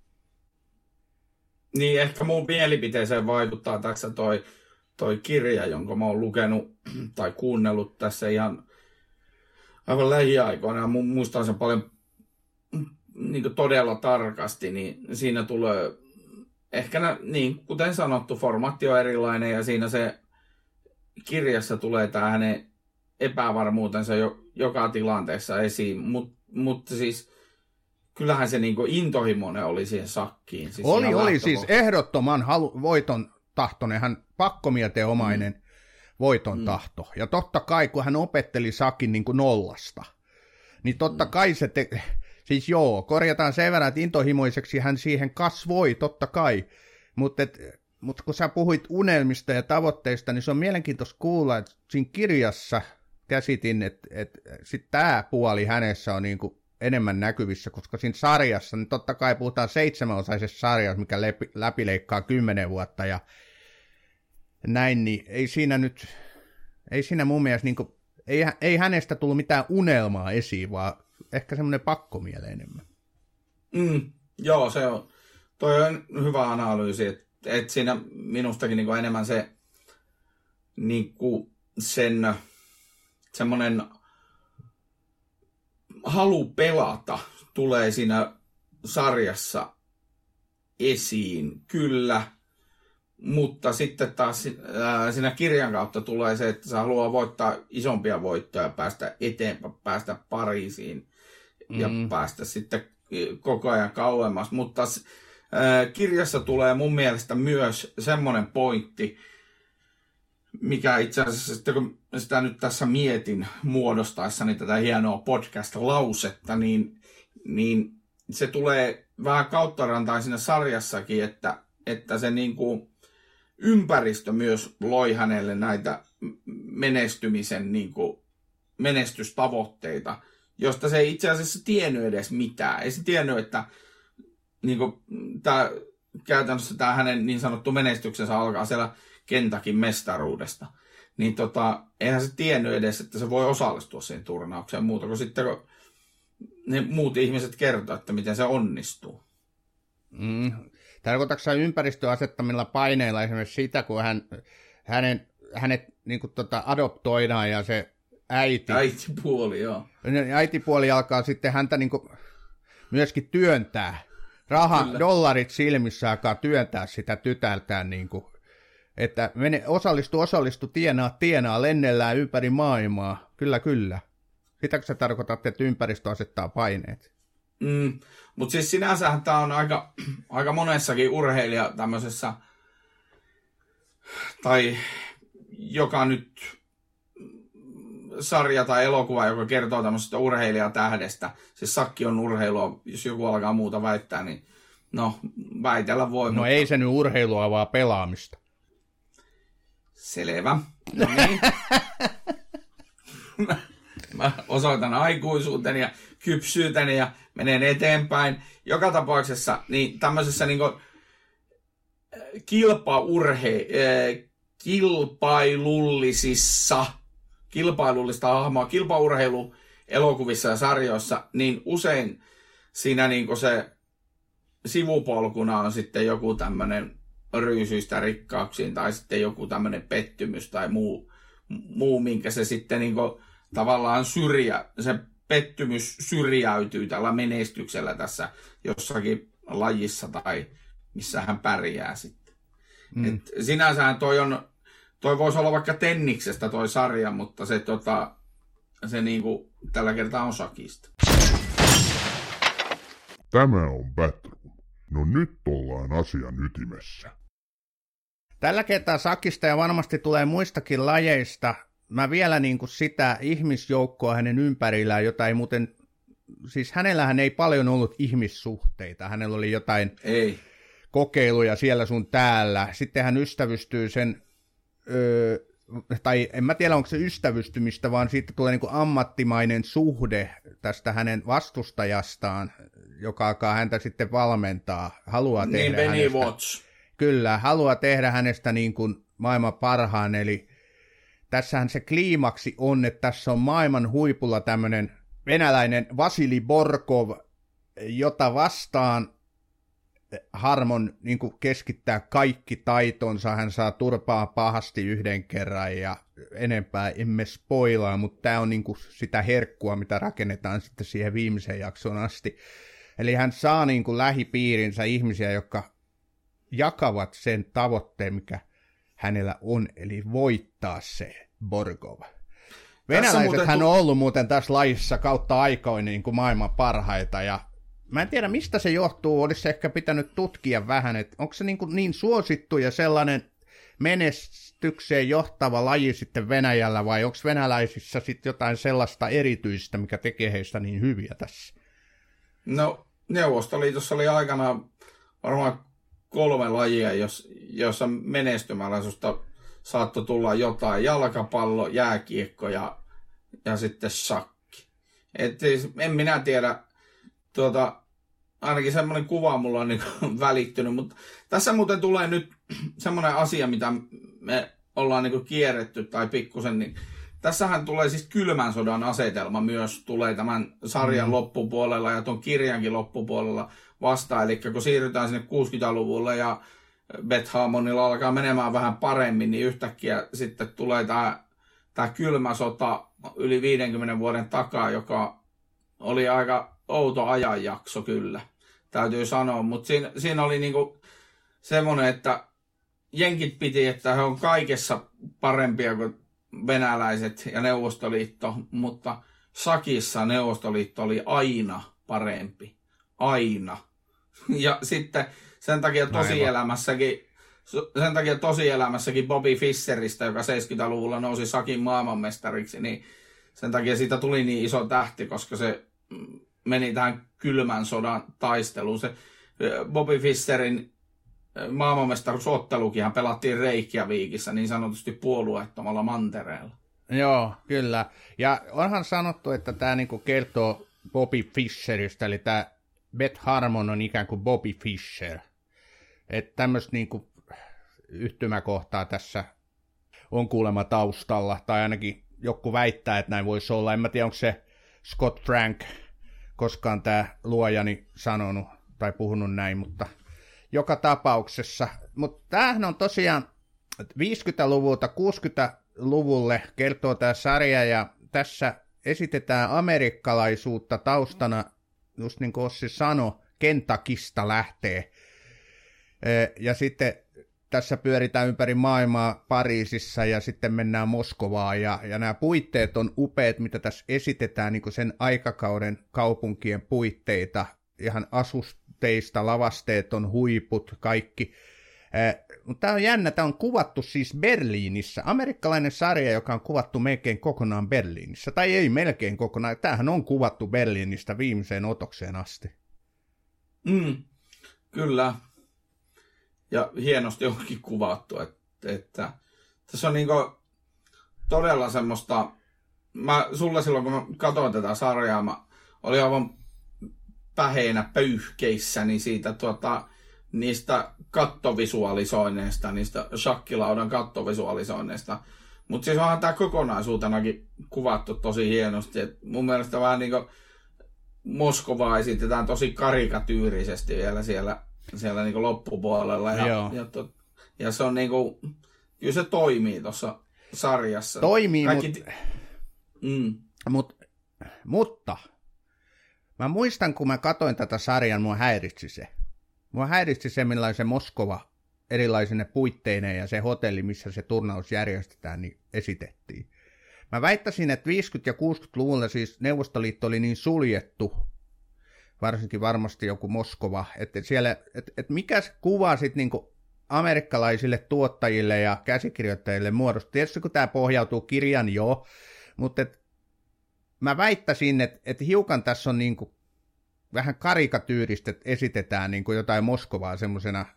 Niin, ehkä mun mielipiteeseen vaikuttaa tässä toi kirja, jonka mä oon lukenut tai kuunnellut tässä ihan aivan lähiaikoina, ja muistan sen paljon niin kuin todella tarkasti, niin siinä tulee ehkä, niin kuten sanottu, formaatti on erilainen, ja siinä se kirjassa tulee tämä hänen epävarmuutensa joka tilanteessa esiin, mutta siis kyllähän se niin kuin intohimoinen oli siihen sakkiin. Siis oli siis ehdottoman voiton tahtoinen, hän pakkomieteenomainen voiton tahto. Ja totta kai, kun hän opetteli sakin niin kuin nollasta, niin totta kai se siis joo, korjataan sen verran, että intohimoiseksi hän siihen kasvoi, totta kai, mutta kun sä puhuit unelmista ja tavoitteista, niin se on mielenkiintoista kuulla, että siinä kirjassa käsitin, että sitten tämä puoli hänessä on niin kuin enemmän näkyvissä, koska siinä sarjassa, niin totta kai puhutaan 7-osaisessa sarjassa, mikä läpileikkaa 10 vuotta ja näin, niin ei siinä mun mielestä, niin kuin, ei hänestä tullut mitään unelmaa esiin, vaan ehkä semmoinen pakkomiele enemmän. Joo, toi on hyvä analyysi, että siinä minustakin niin kuin enemmän se niin kuin sen semmoinen halu pelata tulee siinä sarjassa esiin, kyllä, mutta sitten taas siinä kirjan kautta tulee se, että se haluaa voittaa isompia voittoja, päästä eteenpäin, päästä Pariisiin ja päästä sitten koko ajan kauemmas, mutta kirjassa tulee mun mielestä myös semmoinen pointti, mikä itse asiassa sitten kun sitä nyt tässä mietin muodostaessani tätä hienoa podcast-lausetta, niin se tulee vähän kauttarantain siinä sarjassakin, että se niin kuin ympäristö myös loi hänelle näitä menestymisen niin kuin menestystavoitteita, josta se ei itse asiassa tiennyt edes mitään. Ei se tiennyt, että niin kuin, käytännössä tämä hänen niin sanottu menestyksensä alkaa siellä Kentuckyn mestaruudesta. Niin eihän se tiennyt edes, että se voi osallistua siihen turnaukseen muuta kuin sitten, kun ne muut ihmiset kertoo, että miten se onnistuu. Tarkoitatko sä ympäristön asettamilla paineilla esimerkiksi sitä, kun hänet niin kuin adoptoidaan ja se äitipuoli, joo. Äitipuoli alkaa sitten häntä niin kuin myöskin työntää. Dollarit silmissä alkaa työntää sitä tytärtään niin kuin Että osallistu, tienaa, lennellään ympäri maailmaa. Kyllä. Sitäkö sä tarkoitat, että ympäristö asettaa paineet? Mutta siis sinänsähän tämä on aika monessakin urheilija tämmöisessä, tai joka nyt sarja tai elokuva, joka kertoo tämmöisestä urheilijatähdestä. Siis sakki on urheilua, jos joku alkaa muuta väittää, niin no, väitellä voi. No mutta ei se nyt urheilua, vaan pelaamista. Selvä. No niin. Mä osoitan aikuisuuteni ja kypsyyteni ja menen eteenpäin. Joka tapauksessa niin tämmöisessä niin kuin kilpailullista hahmoa, kilpaurheiluelokuvissa ja sarjoissa, niin usein siinä niin kuin se sivupolkuna on sitten joku tämmöinen ryysyistä rikkauksiin tai sitten joku tämmöinen pettymys tai muu minkä se sitten niin kuin tavallaan se pettymys syrjäytyy tällä menestyksellä tässä jossakin lajissa tai missä hän pärjää sitten. Et sinänsähän toi voisi olla vaikka tenniksestä toi sarja, mutta se niinku tällä kertaa on sakista. Tämä on Batroom. No nyt ollaan asian ytimessä. Tällä kertaa sakista ja varmasti tulee muistakin lajeista. Mä vielä niinku sitä ihmisjoukkoa hänen ympärillään, jota ei muuten, siis hänellähän ei paljon ollut ihmissuhteita. Hänellä oli jotain kokeiluja siellä sun täällä. Sitten hän ystävystyy sen, tai en mä tiedä onko se ystävystymistä, vaan siitä tulee niinku ammattimainen suhde tästä hänen vastustajastaan, joka alkaa häntä sitten valmentaa. Haluaa tehdä niin, hänestä, Watch. Kyllä, haluaa tehdä hänestä niin kuin maailman parhaan, eli tässähän se kliimaksi on, että tässä on maailman huipulla tämmöinen venäläinen Vasili Borkov, jota vastaan Harmon niin kuin keskittää kaikki taitonsa, hän saa turpaa pahasti yhden kerran ja enempää emme spoilaa, mutta tämä on niin kuin sitä herkkua, mitä rakennetaan sitten siihen viimeiseen jaksoon asti. Eli hän saa niin kuin lähipiirinsä ihmisiä, jotka jakavat sen tavoitteen, mikä hänellä on, eli voittaa se Borkov. Venäläisethän on ollut muuten tässä lajissa kautta aikoin niin kuin maailman parhaita, ja mä en tiedä mistä se johtuu, olisi ehkä pitänyt tutkia vähän, että onko se niin suosittu ja sellainen menestykseen johtava laji sitten Venäjällä, vai onko venäläisissä sitten jotain sellaista erityistä, mikä tekee heistä niin hyviä tässä? No, Neuvostoliitossa oli aikanaan varmaan 3 lajia, jossa menestymällä susta saattoi tulla jotain: jalkapallo, jääkiekko ja sitten shakki. Et siis, en minä tiedä, ainakin semmoinen kuva mulla on niin välittynyt, mutta tässä muuten tulee nyt semmoinen asia, mitä me ollaan niin kierretty tai pikkusen, niin tässähän tulee siis kylmän sodan asetelma myös, tulee tämän sarjan loppupuolella ja ton kirjankin loppupuolella vastaan, eli kun siirrytään sinne 60-luvulle ja Beth Harmonilla alkaa menemään vähän paremmin, niin yhtäkkiä sitten tulee tämä kylmä sota yli 50 vuoden takaa, joka oli aika outo ajanjakso kyllä, täytyy sanoa, mutta siinä oli niinku semmoinen, että jenkit piti, että he on kaikessa parempia kuin venäläiset ja Neuvostoliitto, mutta shakissa Neuvostoliitto oli aina parempi. Aina. Ja sitten sen takia tosielämässäkin Bobby Fischeristä, joka 70-luvulla nousi shakin maailmanmestariksi, niin sen takia siitä tuli niin iso tähti, koska se meni tähän kylmän sodan taisteluun. Se Bobby Fischerin maailmanmestaruusottelukin pelattiin Reykjavikissa niin sanotusti puolueettomalla mantereella. Joo, kyllä. Ja onhan sanottu, että tämä niinku kertoo Bobby Fischeristä, eli tämä Beth Harmon on ikään kuin Bobby Fischer. Että tämmöistä niinku yhtymäkohtaa tässä on kuulemma taustalla, tai ainakin joku väittää, että näin voisi olla. En mä tiedä, onko se Scott Frank koskaan tämä luojani sanonut tai puhunut näin, mutta joka tapauksessa. Mutta tämähän on tosiaan 50-luvulta 60-luvulle kertoo tämä sarja, ja tässä esitetään amerikkalaisuutta taustana, just niin kuin Ossi sanoi, Kentuckista lähtee. Ja sitten tässä pyöritään ympäri maailmaa Pariisissa ja sitten mennään Moskovaan ja nämä puitteet on upeat, mitä tässä esitetään, niin kuin sen aikakauden kaupunkien puitteita, ihan asusteista, lavasteet on huiput, kaikki. Mutta tämä on jännä, tämä on kuvattu siis Berliinissä, amerikkalainen sarja, joka on kuvattu melkein kokonaan Berliinissä, tai ei melkein kokonaan, tämähän on kuvattu Berliinistä viimeiseen otokseen asti. Kyllä. Ja hienosti onkin kuvattu, että tässä on niinku todella semmoista, sulle silloin kun mä katsoin tätä sarjaa, mä olin aivan päheinä pöyhkeissäni siitä niistä kattovisualisoinneista, niistä shakkilaudan kattovisualisoinneista. Mutta siis onhan tämä kokonaisuutenakin kuvattu tosi hienosti. Et mun mielestä vähän niinku Moskovaa esitetään tosi karikatyyrisesti vielä siellä niinku loppupuolella. Ja se on niinku, kyllä se toimii tuossa sarjassa. Toimii, mutta mä muistan, kun mä katoin tätä sarjan, mua häiritsi se. Mua häiritsi se, millainen se Moskova erilaisine puitteineen ja se hotelli, missä se turnaus järjestetään, niin esitettiin. Mä väittäisin, että 50- ja 60-luvulla siis Neuvostoliitto oli niin suljettu, varsinkin varmasti joku Moskova, että siellä, että mikä se kuva sitten niinku amerikkalaisille tuottajille ja käsikirjoittajille muodostui. Tietysti kun tämä pohjautuu kirjan jo, mutta mä väittäisin, että hiukan tässä on niinku vähän karikatyyristä, että esitetään niinku jotain Moskovaa semmoisena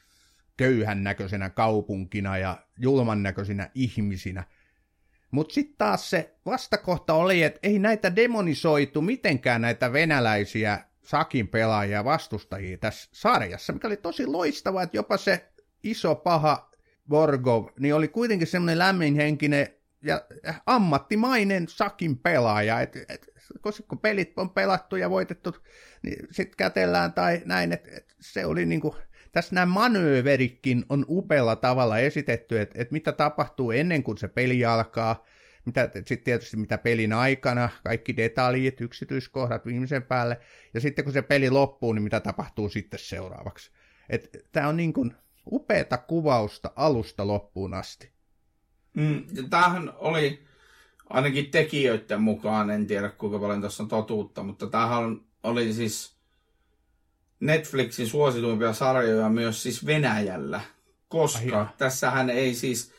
köyhän näköisenä kaupunkina ja julman näköisinä ihmisinä. Mutta sitten taas se vastakohta oli, että ei näitä demonisoitu mitenkään näitä venäläisiä sakin pelaajia vastustajia tässä sarjassa, mikä oli tosi loistavaa, että jopa se iso paha Borgov, niin oli kuitenkin semmoinen lämminhenkinen ja ammattimainen sakin pelaaja, koska kun pelit on pelattu ja voitettu, niin sitten kätellään tai näin, että se oli niinku, tässä nämä manööverikin on upealla tavalla esitetty, että mitä tapahtuu ennen kuin se peli alkaa, sitten tietysti mitä pelin aikana, kaikki detaljit, yksityiskohdat viimeisen päälle, ja sitten kun se peli loppuu, niin mitä tapahtuu sitten seuraavaksi. Tämä on niin kuin upeata kuvausta alusta loppuun asti. Tämähän oli ainakin tekijöiden mukaan, en tiedä kuinka paljon tässä on totuutta, mutta tämähän oli siis Netflixin suosituimpia sarjoja myös siis Venäjällä, koska tässähän ei siis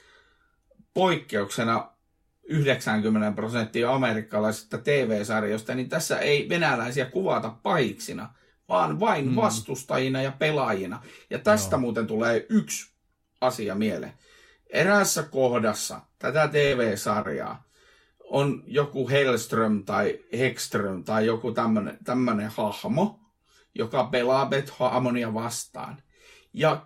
poikkeuksena 90% amerikkalaisista TV-sarjoista, niin tässä ei venäläisiä kuvata pahiksina, vaan vain vastustajina ja pelaajina. Ja tästä muuten tulee yksi asia mieleen. Eräässä kohdassa tätä TV-sarjaa on joku Hellström tai Hexström tai joku tämmöinen hahmo, joka pelaa Beth-Harmonia vastaan. Ja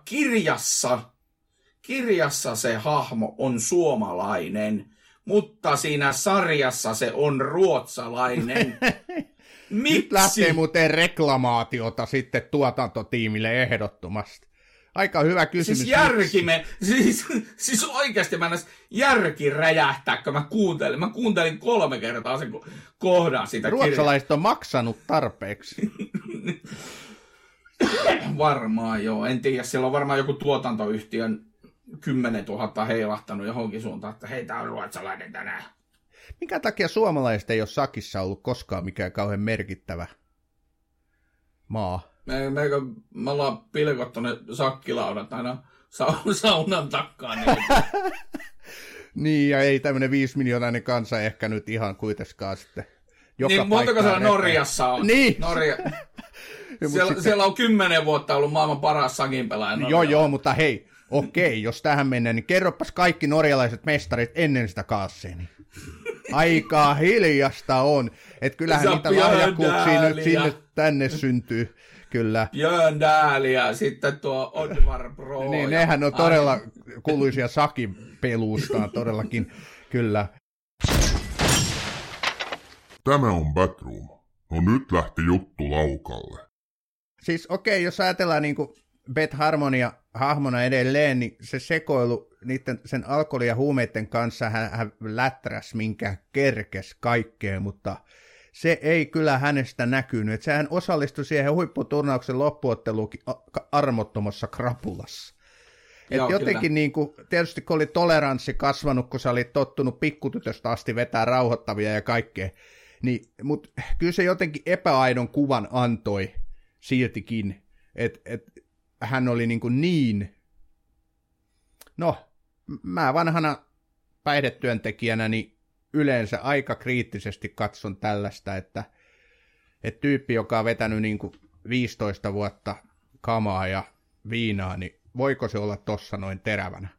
kirjassa se hahmo on suomalainen, mutta siinä sarjassa se on ruotsalainen. Miksi? Nyt lähtee muuten reklamaatiota sitten tuotantotiimille ehdottomasti. Aika hyvä kysymys. Siis oikeasti mä näin järki räjähtää, kun mä kuuntelin 3 kertaa sen kohdan sitä kirjaa. Ruotsalaiset on maksanut tarpeeksi. Varmaan joo, en tiedä, siellä on varmaan joku tuotantoyhtiön 10 000 heilahtanut johonkin suuntaan, että hei, tää on ruotsalainen tänään. Minkä takia suomalaiset ei ole sakissa ollut koskaan mikään kauhean merkittävä maa? Me ollaan pilkottu ne sakkilaudat aina saunan takkaan. Niin, ja ei tämmöinen 5 miljoonainen kansa ehkä nyt ihan kuitenkaan sitten joka niin, montako siellä Norjassa on? Niin. Siellä on 10 vuotta ollut maailman paras sakinpelaaja. Joo, mutta hei, okei, jos tähän mennään, niin kerropas kaikki norjalaiset mestarit ennen sitä Carlsenia. Aika hiljasta on. Että kyllähän niitä lahjakkuuksia nyt sinne tänne syntyy. Kyllä. Björn Dahl ja sitten tuo Odvar Pro. Niin, nehän on todella kuuluisia sakin peluustaan todellakin, kyllä. Tämä on Batroom. No nyt lähti juttu laukalle. Siis okei, jos ajatellaan niin kuin Beth-Harmonia hahmona edelleen, niin se sekoilu sen alkoholin ja huumeiden kanssa hän läträsi minkä kerkes kaikkeen, mutta se ei kyllä hänestä näkynyt. Että sehän osallistui siihen huipputurnauksen loppuotteluun armottomassa krapulassa. jotenkin niin kuin, tietysti kun oli toleranssi kasvanut, kun sä olit tottunut pikkutytöstä asti vetää rauhoittavia ja kaikkea, niin, mutta kyllä se jotenkin epäaidon kuvan antoi siltikin, että hän oli niin, no, mä vanhana päihdetyöntekijänä niin yleensä aika kriittisesti katson tällaista, että tyyppi, joka on vetänyt niin kuin 15 vuotta kamaa ja viinaa, niin voiko se olla tossa noin terävänä?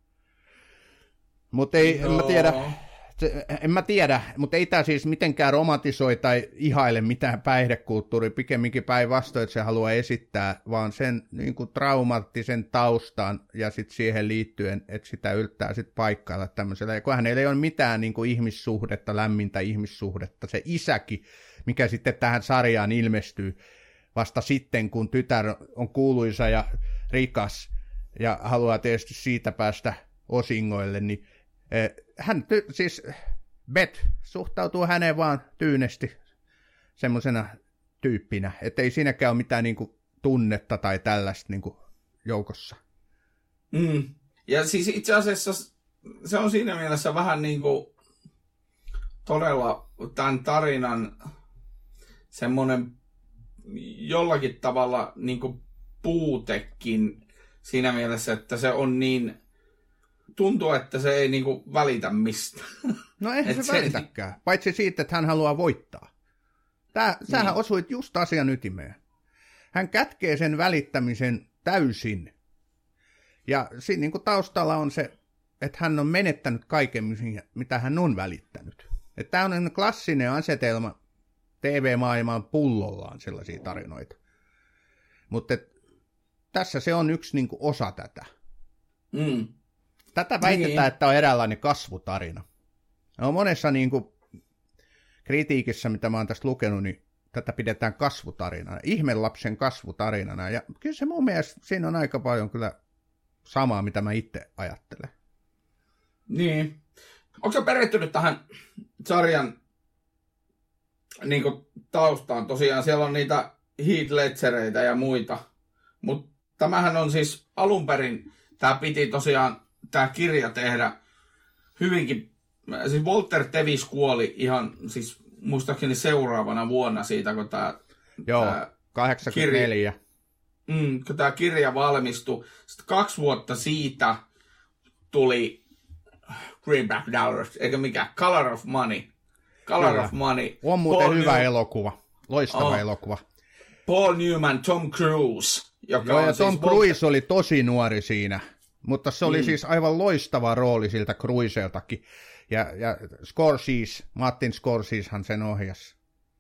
Mutta en mä tiedä, mutta ei tämä siis mitenkään romantisoi tai ihaile mitään päihdekulttuuria, pikemminkin päinvastoin, että se haluaa esittää, vaan sen niin kuin traumaattisen taustan ja sitten siihen liittyen, että sitä yltää sitten paikkailla tämmöisellä. Ja kun hänellä ei ole mitään niin kuin ihmissuhdetta, lämmintä ihmissuhdetta, se isäkin, mikä sitten tähän sarjaan ilmestyy vasta sitten, kun tytär on kuuluisa ja rikas ja haluaa tietysti siitä päästä osingoille, niin siis Beth suhtautuu häneen vaan tyynesti semmoisena tyyppinä, ettei siinäkään ole mitään niinku tunnetta tai tällaista niinku joukossa. Ja siis itse asiassa se on siinä mielessä vähän niinku todella tämän tarinan semmoinen jollakin tavalla niinku puutekin siinä mielessä, että se on niin, tuntuu, että se ei niinku välitä mistään. No eihän se välitäkään, paitsi siitä, että hän haluaa voittaa. Sähän osuit just asian ytimeen. Hän kätkee sen välittämisen täysin. Ja siinä niinku taustalla on se, että hän on menettänyt kaiken, mitä hän on välittänyt. Tämä on klassinen asetelma TV-maailman pullollaan sellaisia tarinoita. Mutta tässä se on yksi niinku osa tätä. Tätä väitetään, että on eräänlainen kasvutarina. No, monessa niinku kritiikissä, mitä mä oon tästä lukenut, niin tätä pidetään kasvutarinana, ihmelapsen kasvutarinana. Ja kyllä se mun mielestä siinä on aika paljon kyllä samaa, mitä mä itse ajattelen. Niin. Onko sä perehtynyt tähän sarjan niin taustaan? Tosiaan siellä on niitä Heath Ledgereitä ja muita. Mutta tämähän on siis alun perin, tämä piti tosiaan tämä kirja tehdä hyvinkin, siis Walter Tevis kuoli ihan siis muistaakseni seuraavana vuonna siitä, kun tämä 84. Kun tämä kirja valmistui. Sitten 2 vuotta siitä tuli Greenback Dollars, eikä mikään, Color of Money. Color of Money. On muuten hyvä elokuva, loistava elokuva. Paul Newman, Tom Cruise. Joka ja Tom Cruise oli tosi nuori siinä, mutta se oli siis aivan loistava rooli siltä Cruiseltakin. Ja Scorsese, Martin Scorsesehan sen ohjasi.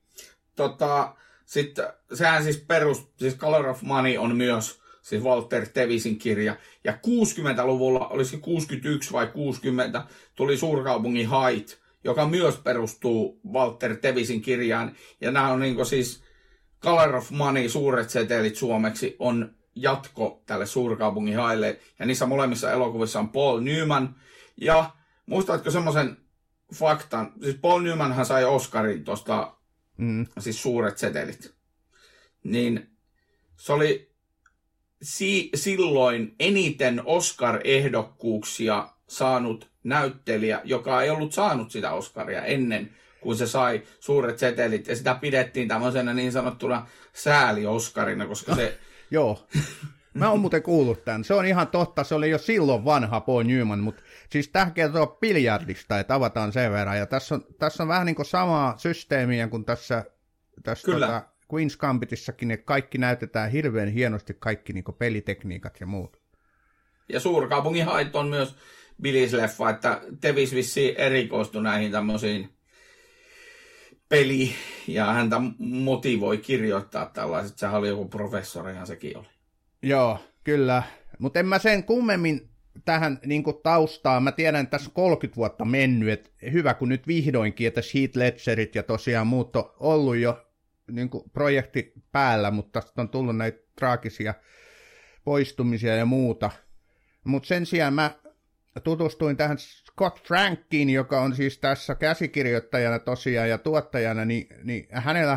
Sitten sehän siis siis Color of Money on myös siis Walter Tevisin kirja. Ja 60-luvulla, olisiko 61 vai 60, tuli Suurkaupungin hait, joka myös perustuu Walter Tevisin kirjaan. Ja nämä on niin siis Color of Money, suuret setelit suomeksi, on jatko tälle Suurkaupungin haille. Ja niissä molemmissa elokuvissa on Paul Newman. Ja muistatko semmoisen faktan? Siis Paul Newmanhan sai Oscarin tuosta siis suuret setelit. Niin se oli silloin eniten Oscar-ehdokkuuksia saanut näyttelijä, joka ei ollut saanut sitä Oscaria ennen kuin se sai suuret setelit. Ja sitä pidettiin tämmöisenä niin sanottuna sääli-Oscarina, koska se... Joo, mä oon muuten kuullut tämän. Se on ihan totta, se oli jo silloin vanha Paul Newman, mutta siis tähän kertoo biljardista, että avataan sen verran. Ja tässä on vähän niin kuin samaa systeemiä kuin tässä Queen's Gambitissakin, että kaikki näytetään hirveän hienosti, kaikki niin kuin pelitekniikat ja muut. Ja Suurkaupungin hait on myös Billis-leffa, että Tevis vissiin erikoistui näihin tämmöisiin peli, ja häntä motivoi kirjoittaa tällaiset. Sehän oli joku professorihan sekin oli. Joo, kyllä. Mutta en mä sen kummemmin tähän niin taustaan. Mä tiedän, että tässä 30 vuotta mennyt, että hyvä kun nyt vihdoinkin, että Heath Ledgerit ja tosiaan muut on ollut jo niin projekti päällä, mutta tästä on tullut näitä traagisia poistumisia ja muuta. Mutta sen sijaan mä tutustuin tähän Scott Frankiin, joka on siis tässä käsikirjoittajana tosiaan ja tuottajana, niin hänellähän on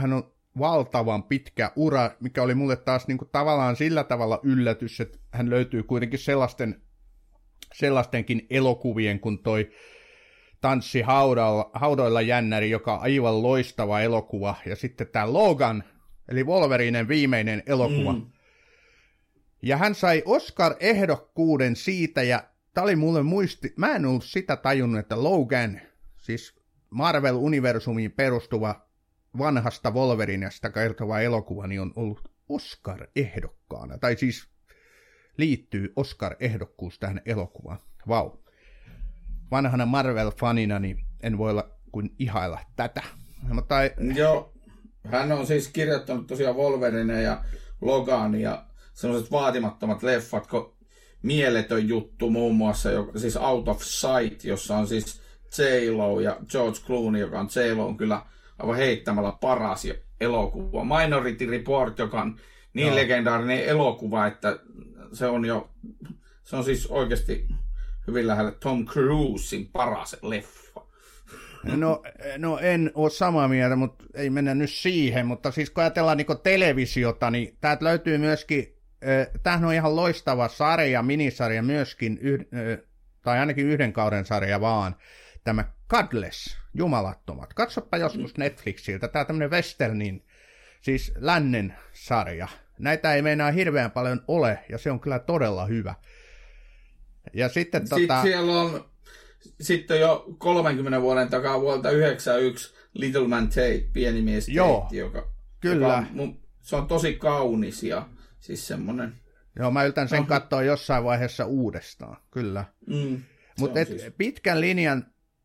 valtavan pitkä ura, mikä oli mulle taas niin kuin tavallaan sillä tavalla yllätys, että hän löytyy kuitenkin sellaistenkin elokuvien kuin toi Tanssi haudoilla jännäri, joka on aivan loistava elokuva, ja sitten tämä Logan, eli Wolverinen viimeinen elokuva. Ja hän sai Oscar-ehdokkuuden siitä, ja tämä oli mulle mä en ollut sitä tajunnut, että Logan, siis Marvel-universumiin perustuva vanhasta Wolverinesta kertova elokuva, niin on ollut Oscar-ehdokkaana, tai siis liittyy Oscar-ehdokkuus tähän elokuvaan. Vau. Vanhana Marvel-fanina niin en voi olla kuin ihailla tätä. Joo, hän on siis kirjoittanut tosiaan Wolverine ja Logan ja sellaiset vaatimattomat leffat, kun Mieletön juttu muun muassa, siis Out of Sight, jossa on siis J-Lo ja George Clooney, joka on J-Lo kyllä aivan heittämällä paras elokuva. Minority Report, joka on niin legendaarinen elokuva, että se on siis oikeasti hyvin lähellä Tom Cruisin paras leffa. No en ole samaa mieltä, mutta ei mennä nyt siihen, mutta siis kun ajatellaan niin televisiota, niin täältä löytyy myöskin, tämähän on ihan loistava sarja, minisarja myöskin, tai ainakin yhden kauden sarja vaan, tämä Godless, Jumalattomat. Katsoppa joskus Netflixiltä, tämä on tämmöinen westernin, siis lännen sarja. Näitä ei meinaa hirveän paljon ole, ja se on kyllä todella hyvä. Ja sitten siellä on sitten jo 30 vuoden takaa vuodelta 1991 Little Man Tate, pieni mies Tate, joka se on tosi kaunis ja siis semmoinen. Joo, mä yltän sen katsoa jossain vaiheessa uudestaan, kyllä. Mutta siis pitkän linjan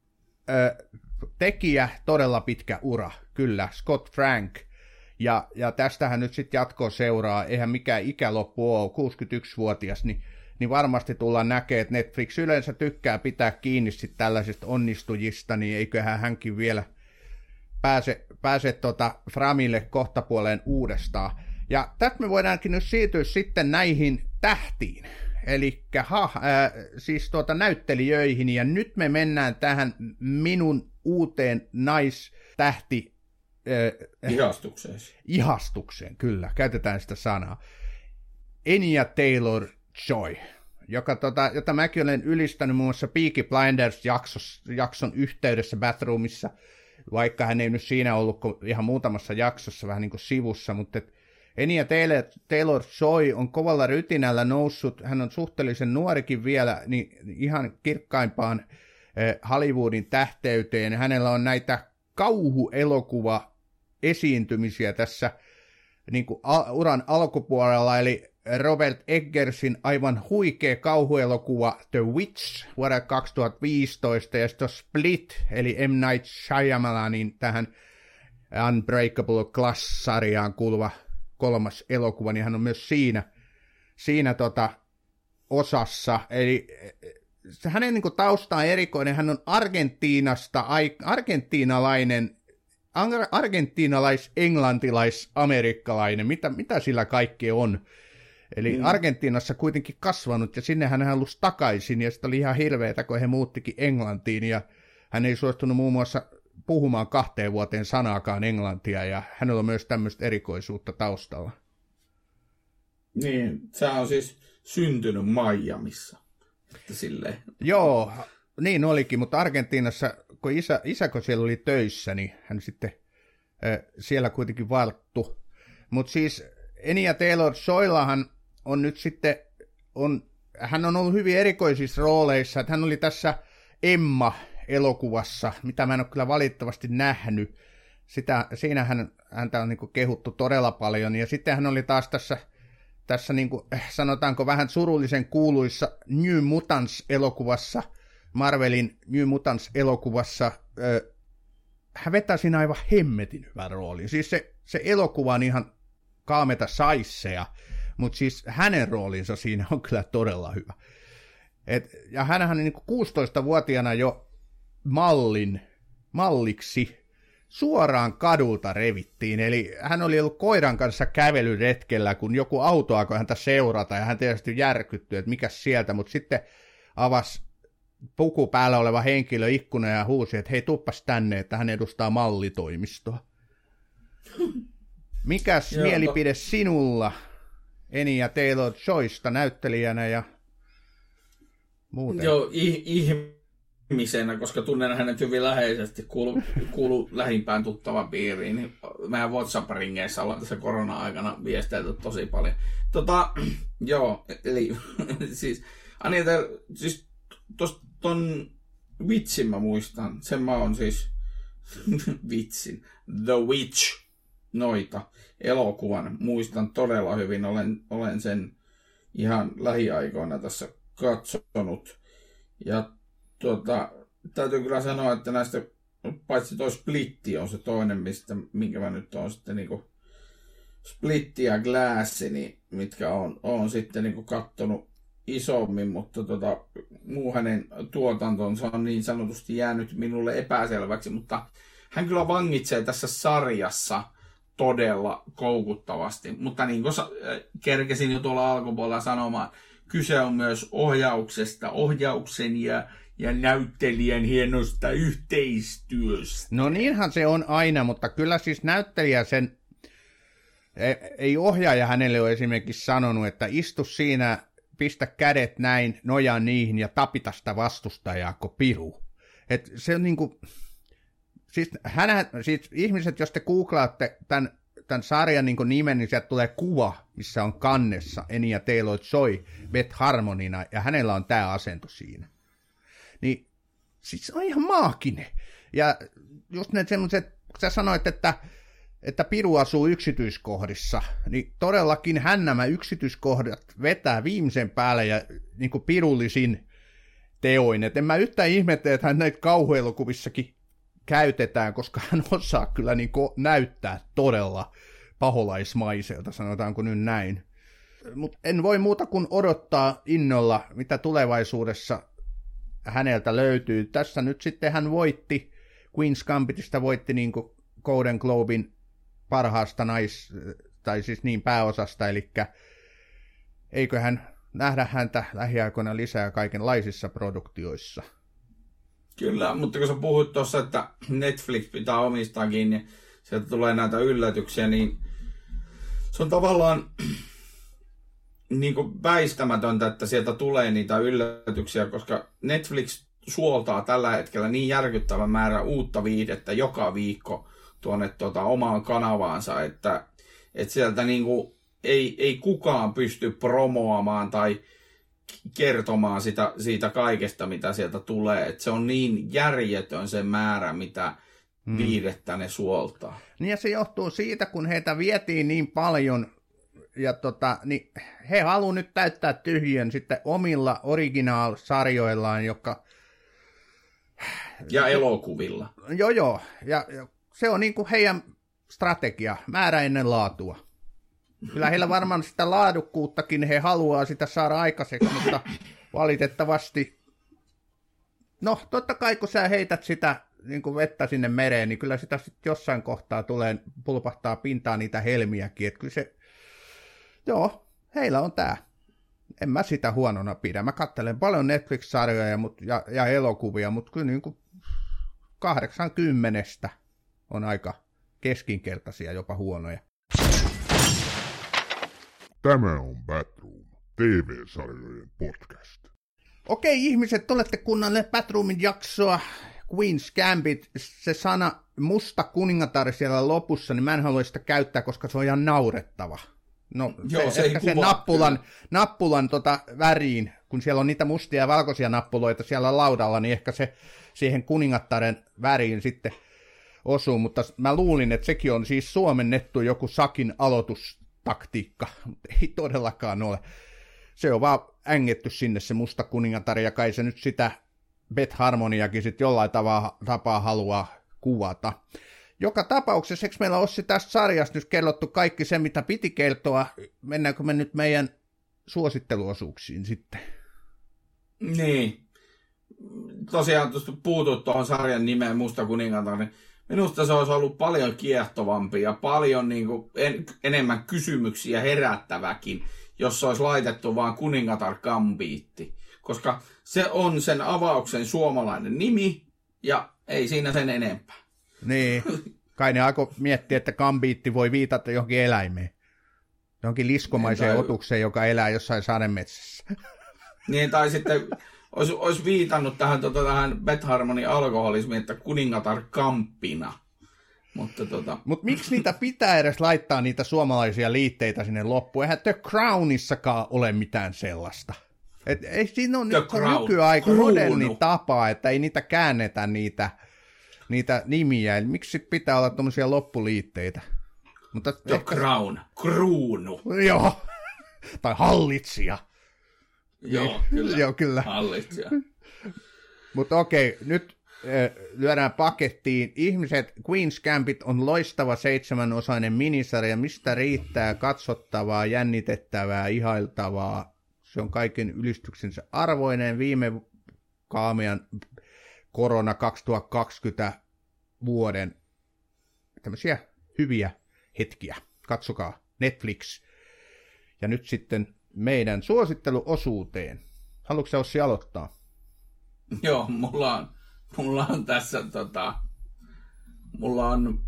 tekijä, todella pitkä ura, kyllä, Scott Frank. Ja tästähän nyt sitten jatkoa seuraa, eihän mikään ikäloppu ole, 61-vuotias, niin varmasti tullaan näkemään, että Netflix yleensä tykkää pitää kiinni sitten tällaisista onnistujista, niin eiköhän hänkin vielä pääse Framille kohtapuoleen uudestaan. Ja tästä me voidaankin nyt siirtyä sitten näihin tähtiin, eli siis näyttelijöihin, ja nyt me mennään tähän minun uuteen naistähti ihastukseen, kyllä, käytetään sitä sanaa. Anya Taylor-Joy, jota mäkin olen ylistänyt muun muassa Peaky Blinders-jakson yhteydessä Bathroomissa, vaikka hän ei nyt siinä ollut ihan muutamassa jaksossa vähän niin kuin sivussa, mutta Anya Taylor-Joy on kovalla rytinällä noussut, hän on suhteellisen nuorikin vielä, niin ihan kirkkaimpaan Hollywoodin tähteyteen. Hänellä on näitä kauhuelokuva esiintymisiä tässä niin kuin uran alkupuolella, eli Robert Eggersin aivan huikea kauhuelokuva The Witch vuodelta 2015, ja sitten Split, eli M. Night Shyamalanin tähän Unbreakable Glass-sarjaan kuuluva kolmas elokuva, niin hän on myös siinä osassa, eli hänen niin kuin tausta on erikoinen, hän on argentinalais-englantilais-amerikkalainen, mitä sillä kaikkea on. Eli Argentiinassa kuitenkin kasvanut, ja sinne hän halusi takaisin, ja sitten oli ihan hirveetä, kun he muuttikin Englantiin, ja hän ei suostunut muun muassa puhumaan 2 vuoteen sanaakaan englantia, ja hänellä on myös tämmöistä erikoisuutta taustalla. Niin, se on siis syntynyt Miamissa. Silleen. Joo, niin olikin, mutta Argentiinassa, kun isä kun siellä oli töissä, niin hän sitten siellä kuitenkin varttu. Mutta siis Anya Taylor-Joyllahan on nyt sitten, hän on ollut hyvin erikoisissa rooleissa, että hän oli tässä Emma-elokuvassa, mitä mä en ole kyllä valitettavasti nähnyt. Siinä häntä on niin kuin kehuttu todella paljon, ja sitten hän oli taas tässä niin kuin, sanotaanko vähän surullisen kuuluissa New Mutants-elokuvassa, Marvelin New Mutants-elokuvassa, hän vetää siinä aivan hemmetin hyvän roolin. Siis se elokuva on ihan kaameta saisseja, mutta siis hänen roolinsa siinä on kyllä todella hyvä. Ja hänhän niin 16-vuotiaana jo malliksi suoraan kadulta revittiin, eli hän oli ollut koiran kanssa kävelyretkellä, kun joku auto alkoi häntä seurata, ja hän tietysti järkyttyi, että mikäs sieltä, mutta sitten avasi puku päällä oleva henkilö ikkuna ja huusi, että hei, tuppas tänne, että hän edustaa mallitoimistoa. Mikäs mielipide sinulla Anya Taylor-Joysta näyttelijänä ja muuten? Joo, ihmisenä, koska tunnen hänet hyvin läheisesti, kuulu lähimpään tuttavan piiriin, niin meidän WhatsApp-ringeissä ollaan tässä korona-aikana viesteilty tosi paljon. Joo, eli siis Anya Taylor, siis ton vitsin mä muistan, sen mä oon siis vitsin, The Witch, noita elokuvan muistan todella hyvin, olen sen ihan lähiaikoina tässä katsonut. Ja täytyy kyllä sanoa, että näistä, paitsi toi Splitti on se toinen, minkä mä nyt on sitten niinku Splitti ja Glassi, niin mitkä on sitten niinku kattonut isommin, mutta muu hänen tuotantonsa on niin sanotusti jäänyt minulle epäselväksi, mutta hän kyllä vangitsee tässä sarjassa todella koukuttavasti, mutta niin kuin kerkesin jo tuolla alkupuolella sanomaan, kyse on myös ohjauksen ja näyttelijän hienosta yhteistyöstä. No niinhän se on aina, mutta kyllä siis näyttelijä sen, ei ohjaaja hänelle ole esimerkiksi sanonut, että istu siinä, pistä kädet näin, nojaa niihin ja tapita sitä vastustajaa kuin piru. Et se on niinku, siis ihmiset, jos te googlaatte tämän sarjan niin nimen, niin sieltä tulee kuva, missä on kannessa Anya Taylor-Joy Beth Harmonina, ja hänellä on tämä asento siinä. Niin, siis on ihan maaginen. Ja just ne semmoiset, kun sä sanoit, että piru asuu yksityiskohdissa, niin todellakin hän nämä yksityiskohdat vetää viimeisen päälle ja niin kuin pirullisin teoin. Et en mä yhtään ihmettele, että hän näitä kauhuelokuvissakin käytetään, koska hän osaa kyllä niin kuin näyttää todella paholaismaiselta, sanotaanko nyt näin. Mutta en voi muuta kuin odottaa innolla, mitä tulevaisuudessa häneltä löytyy. Tässä nyt sitten hän voitti, Queen's Gambitista voitti niin kuin Golden Globin parhaasta tai siis niin pääosasta, eli eiköhän nähdä häntä lähiaikoina lisää kaikenlaisissa produktioissa. Kyllä, mutta kun sä puhuit tuossa, että Netflix pitää omistaakin ja sieltä tulee näitä yllätyksiä, niin se on tavallaan niin kuin väistämätöntä, että sieltä tulee niitä yllätyksiä, koska Netflix suoltaa tällä hetkellä niin järkyttävän määrän uutta viihdettä joka viikko tuonne omaan kanavaansa, että sieltä niin kuin ei kukaan pysty promoamaan tai kertomaan siitä kaikesta, mitä sieltä tulee. Et se on niin järjetön se määrä, mitä viihdettä ne suoltaa. Niin ja se johtuu siitä, kun heitä vietiin niin paljon, ja niin he haluavat nyt täyttää tyhjön sitten omilla original-sarjoillaan, jotka... Ja elokuvilla. Joo, ja se on niin kuin heidän strategia, määrä ennen laatua. Kyllä heillä varmaan sitä laadukkuuttakin he haluaa sitä saada aikaiseksi, mutta valitettavasti, no totta kai kun sä heität sitä niin kuin vettä sinne mereen, niin kyllä sitä sitten jossain kohtaa pulpahtaa pintaan niitä helmiäkin, että kyllä se, joo, heillä on tää. En mä sitä huonona pidä. Mä katselen paljon Netflix-sarjoja ja elokuvia, mutta kyllä niin kuin 80 on aika keskinkertaisia, jopa huonoja. Tämä on Batroom, TV-sarjojen podcast. Okei ihmiset, olette kuunnelleet Batroomin jaksoa Queen's Gambit. Se sana musta kuningatar siellä lopussa, niin mä en halua sitä käyttää, koska se on ihan naurettava. No, joo, se ehkä se nappulan väriin, kun siellä on niitä mustia ja valkoisia nappuloita siellä laudalla, niin ehkä se siihen kuningattaren väriin sitten osuu, mutta mä luulin, että sekin on siis suomennettu joku Sakin aloitustaktiikka, mutta ei todellakaan ole. Se on vaan ängetty sinne se musta kuningatar, ja kai se nyt sitä Beth Harmoniakin sitten jollain tapaa haluaa kuvata. Joka tapauksessa, eikö meillä Ossi tästä sarjasta nyt kerrottu kaikki se, mitä piti kertoa? Mennäänkö me nyt meidän suositteluosuuksiin sitten? Niin. Tosiaan tuosta puutut tuohon sarjan nimeen Musta kuningatar, niin minusta se olisi ollut paljon kiehtovampi ja paljon niin kuin enemmän kysymyksiä herättäväkin, jos se olisi laitettu vaan Kuningatar Gambiitti. Koska se on sen avauksen suomalainen nimi ja ei siinä sen enempää. Niin. Kai ne aikoi miettiä, että Gambiitti voi viitata johonkin eläimeen. Johonkin liskomaiseen otukseen, joka elää jossain sademetsässä. Niin, tai sitten olisi viitannut tähän Beth Harmonin alkoholismiin, että kuningatar Kampina. Mutta miksi niitä pitää edes laittaa niitä suomalaisia liitteitä sinne loppuun? Eihän The Crownissakaan ole mitään sellaista. Ei siinä ole nykyaika moderni tapa, että ei niitä käännetä niitä nimiä. Eli miksi sit pitää olla tuommoisia loppuliitteitä? Mutta The Crown, kruunu. Joo, tai hallitsija. Joo, kyllä. Hallitsija. Mutta okei, nyt lyödään pakettiin. Ihmiset, Queen's Gambit on loistava 7-osainen minisarja, mistä riittää katsottavaa, jännitettävää, ihailtavaa. Se on kaiken ylistyksensä arvoinen. Viime kaamean korona 2020 vuoden tämmöisiä hyviä hetkiä. Katsokaa Netflix. Ja nyt sitten meidän suositteluosuuteen. Haluatko sä Ossi aloittaa? Joo, mulla on tässä mulla on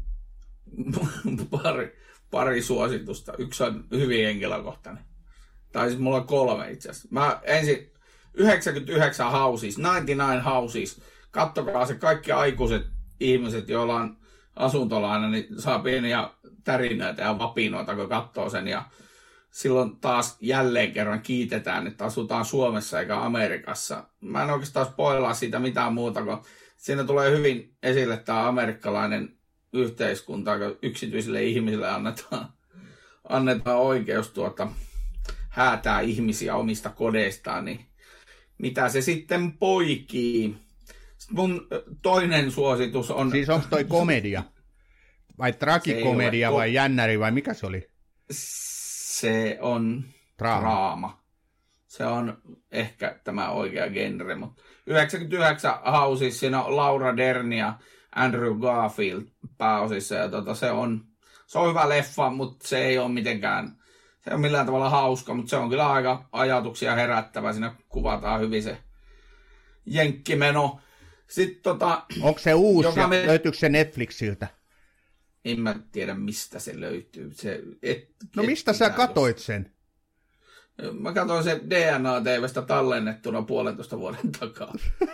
pari suositusta. Yksi on hyvin henkilökohtainen. Tai siis mulla on 3 itse asiassa. Mä ensin 99 Houses, 99 Houses. Kattokaa se, kaikki aikuiset ihmiset, joilla on asuntolaina, niin saa pieniä tärinöitä ja vapinoita, kun katsoo sen. Ja silloin taas jälleen kerran kiitetään, että asutaan Suomessa eikä Amerikassa. Mä en oikeastaan spoilaa siitä mitään muuta, kun siinä tulee hyvin esille tämä amerikkalainen yhteiskunta, kun yksityisille ihmisille annetaan oikeus häätää ihmisiä omista kodeistaan, niin mitä se sitten poikii. Sitten mun toinen suositus on... Siis onko toi komedia? Vai tragikomedia vai jännäri vai mikä se oli? Se on draama. Se on ehkä tämä oikea genre, mutta 99 Houses, siinä on Laura Dern ja Andrew Garfield pääosissa, ja se on hyvä leffa, mutta se ei ole mitenkään, se ei ole millään tavalla hauska, mutta se on kyllä aika ajatuksia herättävä, siinä kuvataan hyvin se jenkkimeno. Sitten onko se uusi, löytyykö se Netflixiltä? En mä tiedä, mistä se löytyy. Mistä sä katoit sen? Mä katsoin sen DNA-TVstä tallennettuna 1,5 vuoden takaa.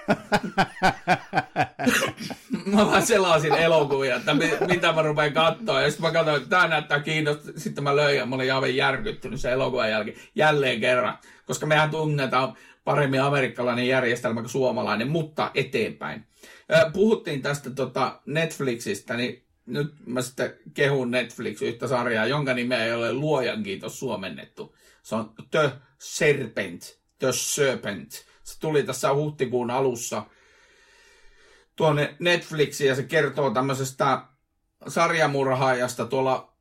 Mä vaan selasin elokuvia, että mitä mä rupean katsoa. Ja sitten mä katsoin, että tää näyttää kiinnostavaa. Sitten mä löin ja mä olin aivan järkyttynyt sen elokuvan jälkeen. Jälleen kerran. Koska mehän tunnetaan paremmin amerikkalainen järjestelmä kuin suomalainen, mutta eteenpäin. Puhuttiin tästä Netflixistä, niin nyt mä sitten kehun Netflix yhtä sarjaa, jonka nimeä ei ole luojan kiitos suomennettu. Se on The Serpent. Se tuli tässä huhtikuun alussa tuonne Netflixiin ja se kertoo tämmöisestä sarjamurhaajasta tuolla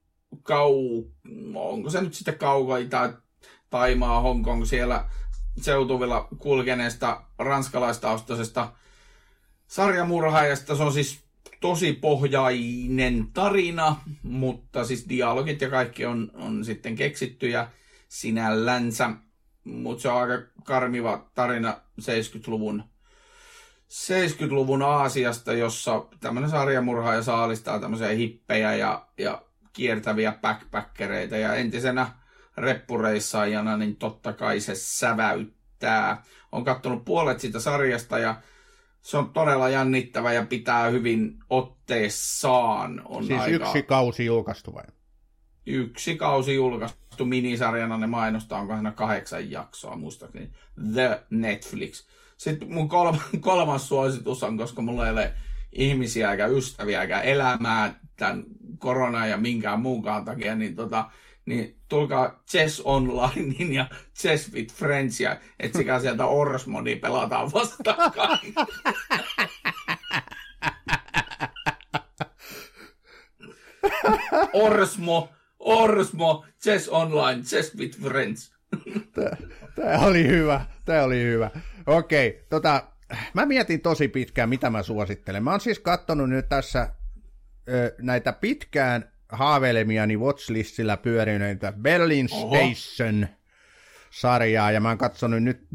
onko se nyt sitten Kauko-Itä, Taimaa, Hongkong, siellä seutuvilla kulkeneesta ranskalaistaustaisesta sarjamurhaajasta. Se on siis tosi pohjainen tarina, mutta siis dialogit ja kaikki on sitten keksittyjä sinällänsä, mutta se on aika karmiva tarina 70-luvun Aasiasta, jossa tämmöinen sarjamurhaaja saalistaa tämmöisiä hippejä ja kiertäviä backpackereita, ja entisenä reppureissaajana niin totta kai se säväyttää. Olen katsonut puolet siitä sarjasta ja se on todella jännittävä ja pitää hyvin otteessaan. Siis yksi kausi julkaistu vai? Yksi kausi julkaistu minisarjana, ne mainostaa, onko siinä 8 jaksoa, muistaakseni. The Netflix. Sitten mun kolmas suositus on, koska mulla ei ole ihmisiä eikä ystäviä eikä elämää tämän koronan ja minkään muunkaan takia, niin tulkaa Chess Onlinein ja Chess with Friends ja etsikää sieltä Orsmo, niin pelataan vastakkain. Orsmo, Chess Online, Chess with Friends. Tämä oli hyvä. Okei, mä mietin tosi pitkään, mitä mä suosittelen. Mä oon siis katsonut nyt tässä näitä pitkään haaveilemiani watchlistillä pyörineitä Berlin Station-sarjaa, ja mä oon katsonut nyt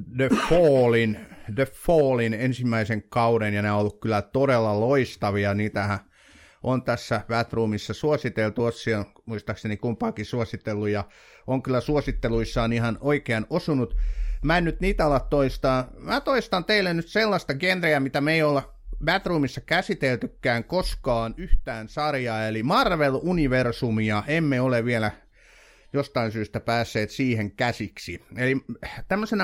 The Fallin ensimmäisen kauden, ja ne on ollut kyllä todella loistavia. Niitähän on tässä Batroomissa suositeltu. Ossi on muistaakseni kumpaakin suositellut ja on kyllä suositteluissaan ihan oikean osunut. Mä en nyt niitä ala toistaa. Mä toistan teille nyt sellaista genreä, mitä me ei olla Batroomissa käsiteltykään koskaan yhtään sarjaa, eli Marvel-universumia emme ole vielä jostain syystä päässeet siihen käsiksi. Eli tämmöisenä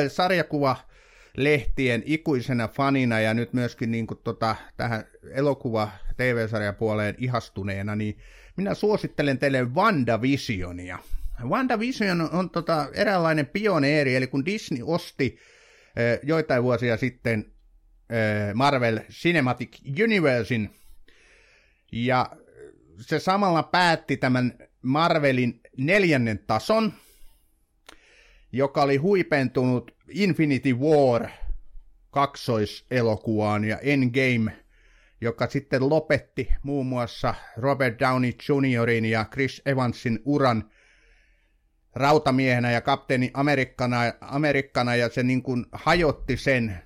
Marvel-sarjakuva-lehtien ikuisena fanina ja nyt myöskin niin kuin tähän elokuva-tv-sarjapuoleen ihastuneena, niin minä suosittelen teille WandaVisionia. WandaVision on eräänlainen pioneeri, eli kun Disney osti joitain vuosia sitten Marvel Cinematic Universein, ja se samalla päätti tämän Marvelin 4. tason, joka oli huipentunut Infinity War kaksoiselokuvaan ja Endgame, joka sitten lopetti muun muassa Robert Downey Jr. ja Chris Evansin uran rautamiehenä ja kapteeni Amerikkana ja se niin kuin hajotti sen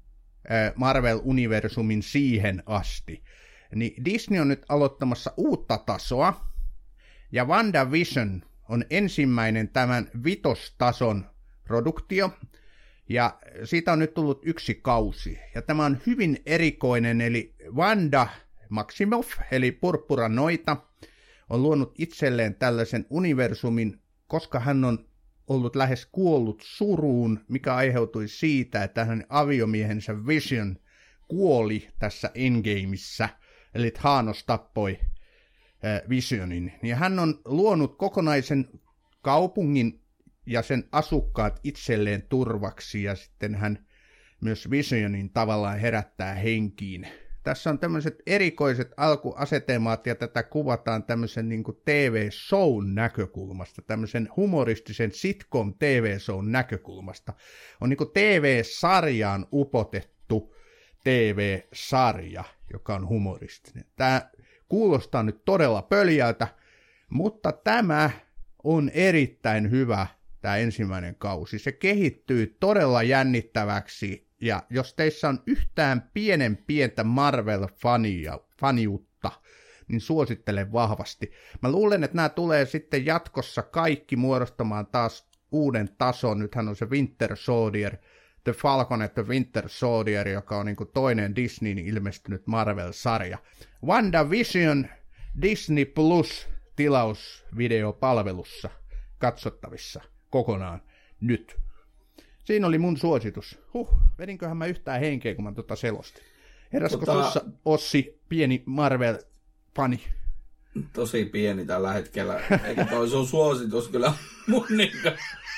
Marvel-universumin siihen asti. Niin Disney on nyt aloittamassa uutta tasoa, ja WandaVision on ensimmäinen tämän 5. tason produktio, ja siitä on nyt tullut 1 kausi, ja tämä on hyvin erikoinen, eli Wanda Maximoff, eli Purppura Noita, on luonut itselleen tällaisen universumin, koska hän on ollut lähes kuollut suruun, mikä aiheutui siitä, että hänen aviomiehensä Vision kuoli tässä Endgameissa, eli Thanos tappoi Visionin. Ja hän on luonut kokonaisen kaupungin ja sen asukkaat itselleen turvaksi, ja sitten hän myös Visionin tavallaan herättää henkiin. Tässä on tämmöiset erikoiset alkuasetelmat, ja tätä kuvataan tämmöisen niin kuin TV-shown näkökulmasta, tämmöisen humoristisen sitcom TV-shown näkökulmasta. On niin kuin TV-sarjaan upotettu TV-sarja, joka on humoristinen. Tämä kuulostaa nyt todella pöljältä, mutta tämä on erittäin hyvä, tämä ensimmäinen kausi. Se kehittyy todella jännittäväksi, ja jos teissä on yhtään pientä Marvel-faniutta, niin suosittelen vahvasti. Mä luulen, että nämä tulee sitten jatkossa kaikki muodostamaan taas uuden tason. Nythän on se Winter Soldier, The Falcon and the Winter Soldier, joka on niin kuin toinen Disneyin ilmestynyt Marvel-sarja. WandaVision Disney Plus tilausvideopalvelussa katsottavissa kokonaan nyt. Siinä oli mun suositus. Vedinköhän mä yhtään henkeä, kun mä selostin. Heräskö tuossa Ossi pieni Marvel-fani? Tosi pieni tällä hetkellä. Eikä toi sun suositus kyllä mun niinkä.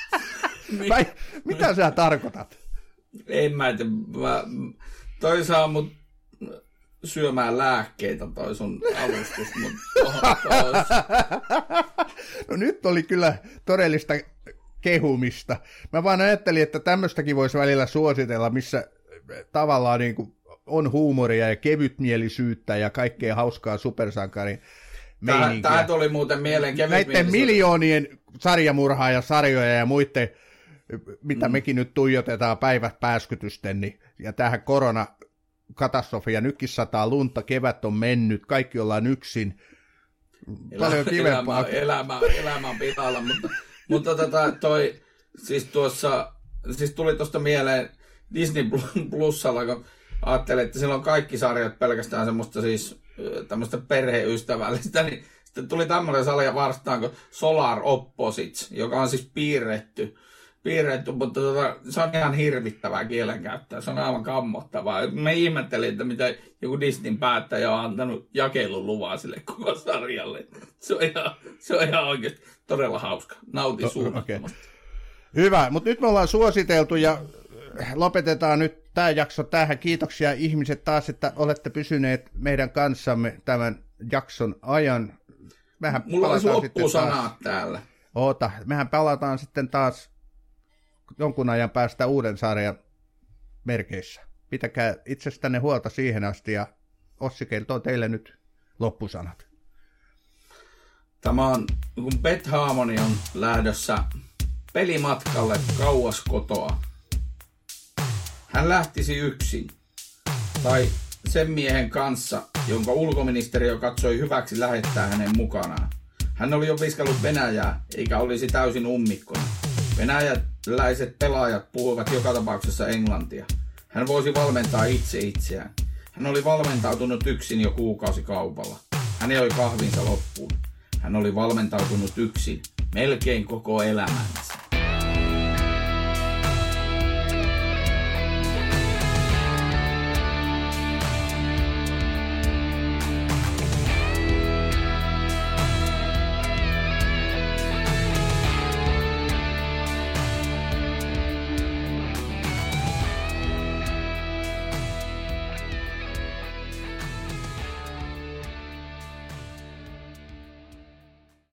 Mitä sä tarkoitat? En mä tiedä. Toi saa mut syömään lääkkeitä toi sun avustus. No nyt oli kyllä todellista kehumista. Mä vaan ajattelin, että tämmöistäkin voisi välillä suositella, missä tavallaan niin kuin on huumoria ja kevytmielisyyttä ja kaikkea hauskaa supersankarin meininkiä. Tämä tuli muuten mieleen näiden miljoonien sarjamurhaa ja sarjoja ja muiden, mitä mekin nyt tuijotetaan päivät pääskytysten, niin, ja tähän koronakatastrofi, ja nytkin sataa lunta, kevät on mennyt, kaikki ollaan yksin. Paljon kivempaa. Elämä on pitalla, mutta siis tuli tuosta mieleen Disney Plusalla, kun ajattelin, että siellä on kaikki sarjat pelkästään semmoista siis tämmöistä perheystävällistä, niin sitten tuli tämmöinen sarja vastaan kuin Solar Opposites, joka on siis piirretty, mutta se on ihan hirvittävää kielenkäyttöä, se on aivan kammottavaa. Me ihmettelin, että mitä joku Disneyn päättäjä on antanut jakeluluvaa sille koko sarjalle. Se on ihan oikeasti todella hauska. Nautin suunnattomasti. Okay. Hyvä, mutta nyt me ollaan suositeltu ja lopetetaan nyt tämä jakso tähän. Kiitoksia ihmiset taas, että olette pysyneet meidän kanssamme tämän jakson ajan. Mulla olisi loppusanat täällä. Mehän palataan sitten taas jonkun ajan päästä uuden sarjan merkeissä. Pitäkää itsestänne huolta siihen asti, ja Ossi kertoo teille nyt loppusanat. Tämä on, kun Beth Harmony on lähdössä pelimatkalle kauas kotoa. Hän lähtisi yksin, tai sen miehen kanssa, jonka ulkoministeriö katsoi hyväksi lähettää hänen mukanaan. Hän oli opiskellut Venäjää, eikä olisi täysin ummikkona. Venäjäläiset pelaajat puhuivat joka tapauksessa englantia. Hän voisi valmentaa itse itseään. Hän oli valmentautunut yksin jo kuukausikaupalla. Hän joi kahvinsa loppuun. Hän oli valmentautunut yksin melkein koko elämänsä.